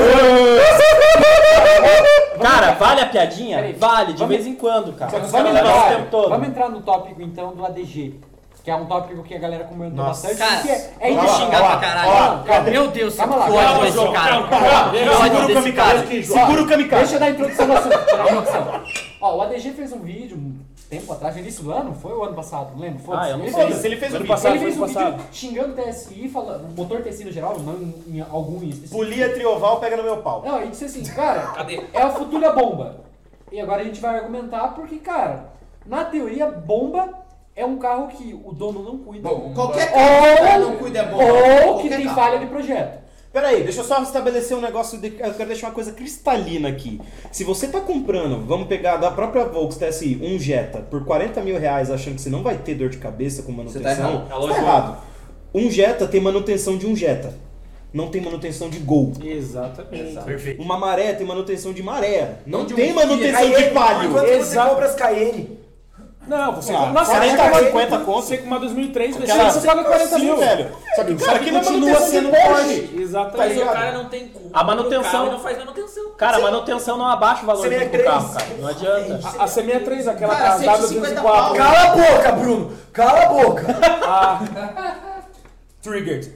Cara, vale a piadinha? Peraí. Vale, de Vamos- vez em quando, cara. Vamos Os caras levam o entrar, tempo todo. vamos entrar no tópico então do A D G, que é um tópico que a galera comentou Nossa. bastante. Cara, porque é é isso. de xingar ó, pra caralho. ó, calma. Meu Deus, que Calma lá, ódio calma, desse João, cara. calma, calma. Que Segura ódio o desse kamikaze cara. aqui, segura o kamikaze. Deixa eu dar a introdução no assunto. Deixa eu dar a introdução. Ó, o A D G fez um vídeo um tempo atrás, no início do ano, foi o ano passado, não lembro? Ah, eu não ele sei. fez, Foda-se, ele fez um Ano vídeo. passado. ele fez um ano passado. vídeo xingando o T S I, falando, o motor T S I no geral, não em, em algum em específico. Polia trioval, pega no meu pau. Não, e disse assim, cara, Cadê? é a futura bomba. E agora a gente vai argumentar porque, cara, na teoria, bomba é um carro que o dono não cuida. Bom, qualquer carro que o cara não cuida é bom. Ou que Qualquer tem carro. falha de projeto. Peraí, deixa eu só estabelecer um negócio, de, eu quero deixar uma coisa cristalina aqui. Se você tá comprando, vamos pegar da própria Volks T S I, um Jetta, por quarenta mil reais, achando que você não vai ter dor de cabeça com manutenção, Você tá errado. você Alô, tá João. errado. Um Jetta tem manutenção de um Jetta, não tem manutenção de Gol. Exatamente. Perfeito. Uma maré tem manutenção de maré, não, Não de um tem manutenção Aí, de palio. enquanto você Exato. compra as Cayenne, Não, você Ah, nossa, quarenta, você paga- cinquenta conto. Você com uma dois mil e três, Aquela- você paga quarenta Sim, mil. velho. Só que, cara, aqui não é continua manutenção sendo de Porsche. Porsche. Mas Exatamente. o cara não tem culpa. A manutenção- O carro não faz manutenção. Cara, a manutenção não abaixa o valor Você do nem é carro, três. cara. Não adianta. A, a C sessenta e três, aquela Cara, da cento e W cinquenta duzentos e quatro. cala a boca, Bruno! Cala a boca! Triggered.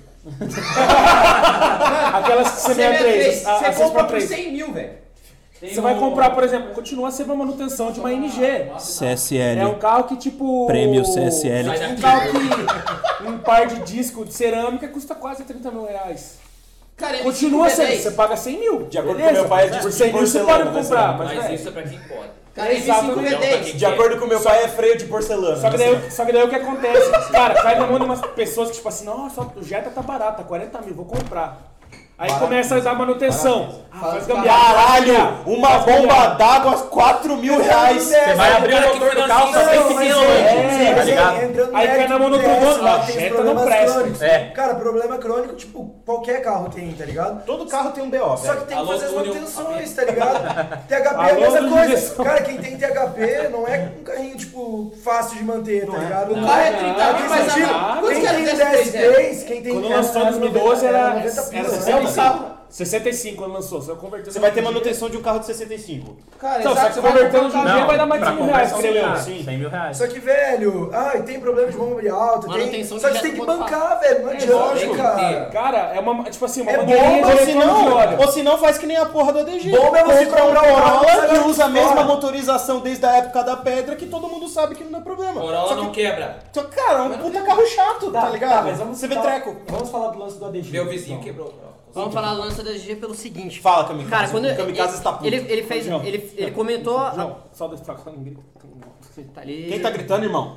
Aquela C sessenta e três, a, a Você seis compra por por três. cem mil, velho. Você vai comprar, por exemplo, continua sendo uma manutenção de uma M G. C S L. É um carro que tipo. Prêmio C S L. Um carro que. Um par de disco de cerâmica custa quase trinta mil reais. Cara, ele Continua cinco, sendo, dez. você paga cem mil. De acordo beleza? com meu pai, é disco Por de cem mil você porcelana, pode né, comprar, Sam? mas, Mas velho, isso é pra quem pode. Cara, M cinco V Não, pra dez. quem De acordo com meu pai, é freio de porcelana. Só que, daí, só que daí o que acontece? Cara, cai na mão de umas pessoas que, tipo assim, nossa, o Jetta tá barato, tá quarenta mil, vou comprar. Aí Barato. começa a dar manutenção. Ah, faz gambiarra. Caralho! Uma bomba d'água, quatro mil reais. Você vai abrir o motor do carro, só tem que ter Não, hoje. Tá mas ligado? entrando no Aí cai na mão do mérito outro do dono, lá, ó, tem os Jetta problemas não presta. crônicos. É. Cara, problema crônico, tipo, qualquer carro tem, tá ligado? Todo carro tem um B O, Só que velho. tem que Alô, fazer as Túnel. manutenções, tá ligado? T H P é a Alô, mesma Túnel coisa. direção. Cara, quem tem T H P não é um carrinho, tipo, fácil de manter, tá ligado? O carro é trinta mil, mas Tipo, a Quantos quem que era tem o dez dez três? três, quem tem Quando lançou em dois mil e doze era, era sessenta e cinco. sessenta e cinco quando lançou, você converteu. Você vai ter manutenção de um carro de sessenta e cinco. Cara, Então, só que exato, você vai convertendo comprar um de carro- dia vai dar mais de Pra cem mil reais, conversão, creio eu. cara, Sim. cem mil reais. Só que, velho, ai, tem problema de bomba de alta, tem... Manutenção Só de que você tem que Jetta bancar, velho, não adianta, lógico. cara. Cara, é uma, tipo assim, uma É mangueirinha bomba, de Ou se eletrônico de não, óleo. ou se não faz que nem a porra do A D G. Bomba é você Compra um comprar um carro, Corolla sai que lá usa a de mesma fora. motorização desde a época da pedra, que todo mundo sabe que não é problema. Corolla Só não que, quebra. só, cara, é um puta carro chato, tá, ligado? mas vamos Você vê falar- treco. Vamos falar do lance do A D G. Meu vizinho então. quebrou. Vamos falar do lance da G pelo seguinte. Fala, Kamikaze. Cara, quando o Kamikaze ele, está puto. ele, ele fez, João. ele, ele comentou, a- João, só deixa eu falar, não grita. tá ali. Quem tá gritando, irmão?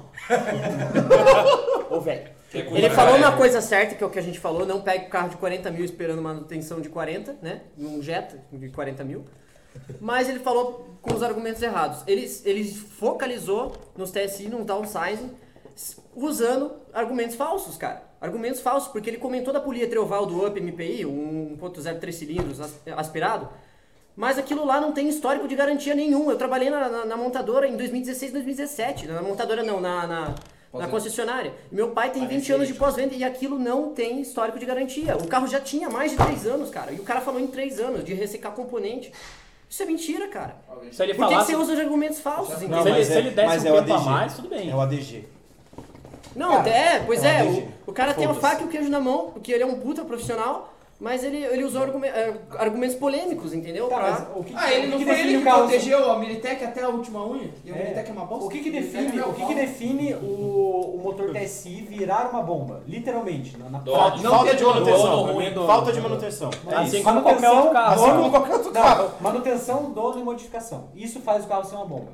Ô, velho. Ele falou uma coisa certa, que é o que a gente falou, não pegue o carro de quarenta mil esperando manutenção de quarenta, né? Um Jetta de quarenta mil. Mas ele falou com os argumentos errados. Ele, ele focalizou nos T S I, num downsizing, usando argumentos falsos, cara. Argumentos falsos, porque ele comentou da polia trioval do Up M P I, um um ponto zero três cilindros as- aspirado, mas aquilo lá não tem histórico de garantia nenhum. Eu trabalhei na, na, na montadora em dois mil e dezesseis, dois mil e dezessete. Na montadora não, na, na, na concessionária. Meu pai tem vinte anos de pós-venda e aquilo não tem histórico de garantia. O carro já tinha mais de três anos, cara. E o cara falou em três anos de ressecar componente. Isso é mentira, cara. Se ele Por que, que falasse... você usa os argumentos falsos, Se entendeu? ele, mas se é- ele desse mas um é o tempo a A D G. mais, tudo bem. É o A D G. Não, Cara, é, pois é é, um A D G. o, o cara tem a Foda-se. faca e o queijo na mão, porque ele é um puta profissional, mas ele, ele usou argumen- é, argumentos polêmicos, entendeu? Tá, Pra- mas o que, Ah, ele o não que foi define ele o que carro? protegeu a Militech até a última unha? E a É. Militech é uma bosta? O que que Militech define, é o que que pau. define o, o motor T S I virar uma bomba? Literalmente, na, na Falta, Não falta ter de dono, manutenção. dono, dono. Falta de manutenção. É Assim isso. como qualquer outro carro. Assim como qualquer outro carro. Não, manutenção, dono e modificação. Isso faz o carro ser uma bomba.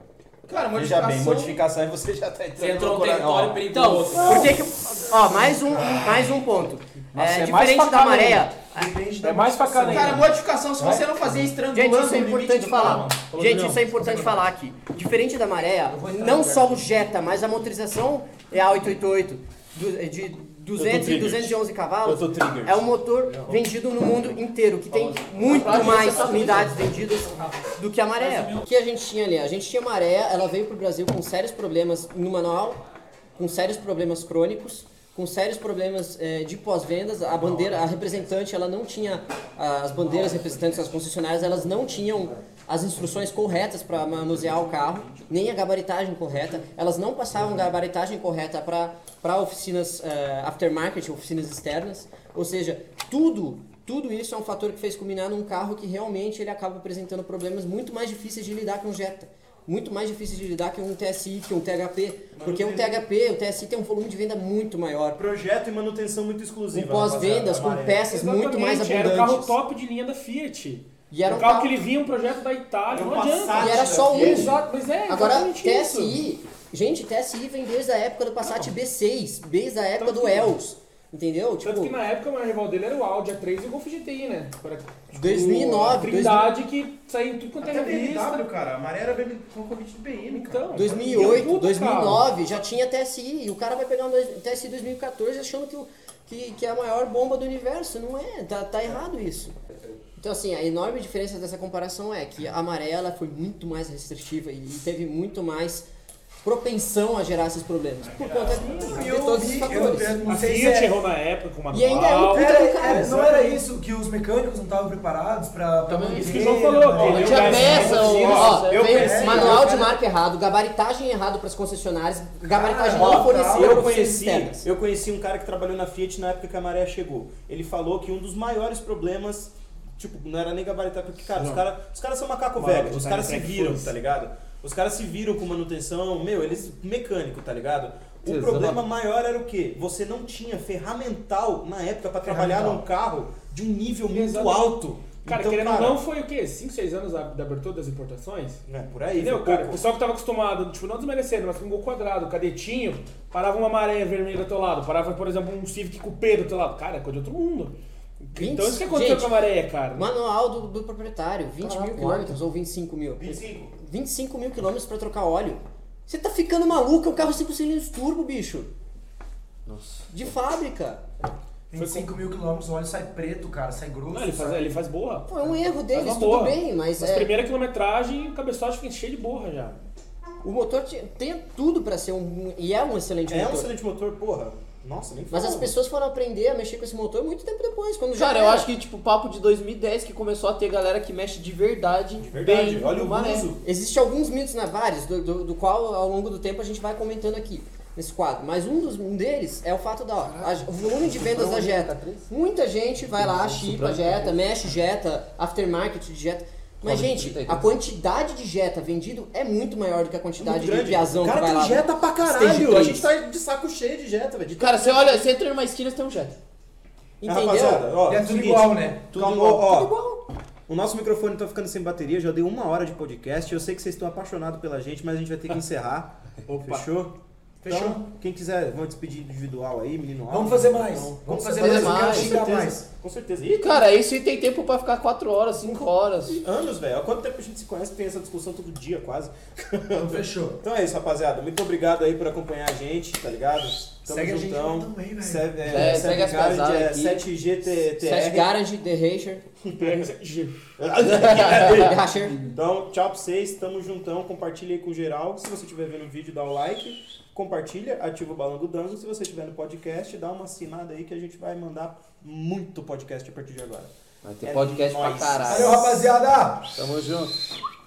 Cara, Veja bem, modificação... modificação e você já tá entrando Você entrou no no território coração. Então, perigoso. por que que... Ó, mais um, mais um ponto. Nossa, é, é mais diferente da facada maré... Depende É mais facada Cara, ainda. modificação, se você não fazer estrangulando Gente, isso é o limite importante do falar. carro. Gente, isso é importante falar aqui. Diferente da maré, não só o Jetta, mas a motorização é a oitocentos e oitenta e oito, du- de duzentos e duzentos e onze cavalos, Eu tô triggered. é um motor vendido no mundo inteiro, que tem muito mais unidades vendidas do que a maré. O que a gente tinha ali? A gente tinha a maré, ela veio pro Brasil com sérios problemas no manual, com sérios problemas crônicos, com sérios problemas eh, de pós-vendas. A bandeira, a representante, ela não tinha, as bandeiras representantes das concessionárias, elas não tinham as instruções corretas para manusear o carro, nem a gabaritagem correta. Elas não passavam gabaritagem correta para oficinas eh, aftermarket, oficinas externas. Ou seja, tudo, tudo isso é um fator que fez culminar num carro que realmente ele acaba apresentando problemas muito mais difíceis de lidar que um Jetta. Muito mais difícil de lidar que um T S I, que um T H P, porque o T H P, o T S I tem um volume de venda muito maior. Projeto e manutenção muito exclusiva. Com pós-vendas, com rapaziada. peças muito mais Exatamente, era o carro abundantes. top de linha da Fiat. E era o um carro carro- que ele vinha um projeto da Itália, não Era um adianta. Passat E era só um. Exato, mas é Agora, exatamente T S isso. I, gente, T S I vem desde a época do Passat B seis, desde a época Tanto do que- Els, entendeu? Tanto Tipo, que na época o maior rival dele era o Audi A três e o Golf G T I, né? Era, tipo, dois mil e nove, a Trindade que saiu em tudo quanto é Até B M revista. W, cara. A Maré era concorrente do B M, cara. Então, dois mil e e é um oito, puta dois mil e carro. nove já tinha T S I, e o cara vai pegar um dois- T S I dois mil e quatorze achando que, o- que, que é a maior bomba do universo. Não é, tá, tá errado isso. Então, assim, a enorme diferença dessa comparação é que a maré ela foi muito mais restritiva e teve muito mais propensão a gerar esses problemas. Por conta de, de Eu todos vi, esses eu, fatores. eu não A sei se Fiat é, errou na época com o manual. E ainda é um puta era, do carro. era- não era isso que os mecânicos não estavam preparados pra, pra Também. manter, Isso que o João falou, né? ó, Não eu tinha peço peça, oficinas, ó, eu veio conheci, manual eu de quero- marca errado, gabaritagem errado para as concessionárias, gabaritagem Ó, não fornecida eu para oficinas conheci, externas. eu conheci um cara que trabalhou na Fiat na época que a Maré chegou. Ele falou que um dos maiores problemas, tipo, não era nem gabaritar, porque, cara, os caras os cara são macaco Mano, velho, o os cara caras se tem que viram, fosse. tá ligado? Os caras se viram com manutenção, meu, eles mecânico, tá ligado? O Exato. problema maior era o quê? Você não tinha ferramental na época pra trabalhar num carro de um nível muito Exatamente. alto. Cara, Então, querendo cara, ou não, foi o quê? cinco, seis anos da, da abertura das importações? É, por aí, Entendeu, foi cara? O pouco. pessoal que tava acostumado, tipo, não desmerecendo, mas com um gol quadrado, cadetinho, parava uma maré vermelha do teu lado, parava, por exemplo, um Civic Coupé do teu lado. Cara, é coisa de outro mundo. Então isso que aconteceu Gente, com a maré, cara. Manual do, do proprietário, vinte Caraca, mil quilômetros ou vinte e cinco mil? vinte e cinco. vinte e cinco mil quilômetros para trocar óleo. Você tá ficando maluco, é um carro cinco cilindros turbo, bicho. Nossa. De fábrica. vinte e cinco mil quilômetros, o óleo sai preto, cara, sai grosso. Não, ele faz, sai- ele faz borra. Foi um erro Faz deles, uma tudo borra. bem, mas Nas é, primeira quilometragem, o cabeçote fica cheio de borra já. o motor tinha- tem tudo para ser um... E é um excelente É um motor. excelente motor, porra. Nossa, nem Mas fala. as pessoas foram aprender a mexer com esse motor muito tempo depois, quando já Cara, eu era. acho que tipo, o papo de dois mil e dez que começou a ter galera que mexe de verdade. De verdade, bem olha no o Maré. uso. Existem alguns mitos na vários, do, do, do qual ao longo do tempo a gente vai comentando aqui nesse quadro. Mas um, dos, um deles é o fato da ó, a- o volume de vendas da Jetta. Muita gente vai lá, chipa Jetta, mexe Jetta, aftermarket de Jetta. Mas, gente, a quantidade de Jetta vendido é muito maior do que a quantidade de piazão O que cara vai tem lá. Jetta pra Stage caralho. A três. gente tá de saco cheio de Jetta, velho. de Cara, tanto- você olha, você entra numa esquina, você tem um Jetta. Entendeu? Rapaziada, ó, E é tudo seguinte, igual, né? Tudo Calma, igual, ó. tudo igual. O nosso microfone tá ficando sem bateria, já deu uma hora de podcast. Eu sei que vocês estão apaixonados pela gente, mas a gente vai ter que encerrar. Fechou? Fechou. Então, quem quiser, vamos despedir individual aí, menino Alves. Vamos fazer mais. Então, Vamos fazer fazer mais, eu quero mais, xingar certeza. mais. Com certeza. E cara, isso aí tem tempo pra ficar quatro horas, cinco horas. Anos, velho. Há quanto tempo a gente se conhece? Tem essa discussão todo dia, quase. Então, fechou. Então é isso, rapaziada. Muito obrigado aí por acompanhar a gente, tá ligado? Tamo Segue a gente juntão. lá também, velho. Segue, É, segue as Garage, casadas é aqui. sete G T T Sete R. Garage, The Racer. É. Racher. Então, tchau pra vocês, tamo juntão, compartilha aí com geral. Se você estiver vendo o vídeo, dá o like, compartilha, ativa o Balango Dango. Se você estiver no podcast, dá uma assinada aí que a gente vai mandar muito podcast a partir de agora. Vai ter É podcast pra nóis. caralho. Valeu, rapaziada! Tamo junto.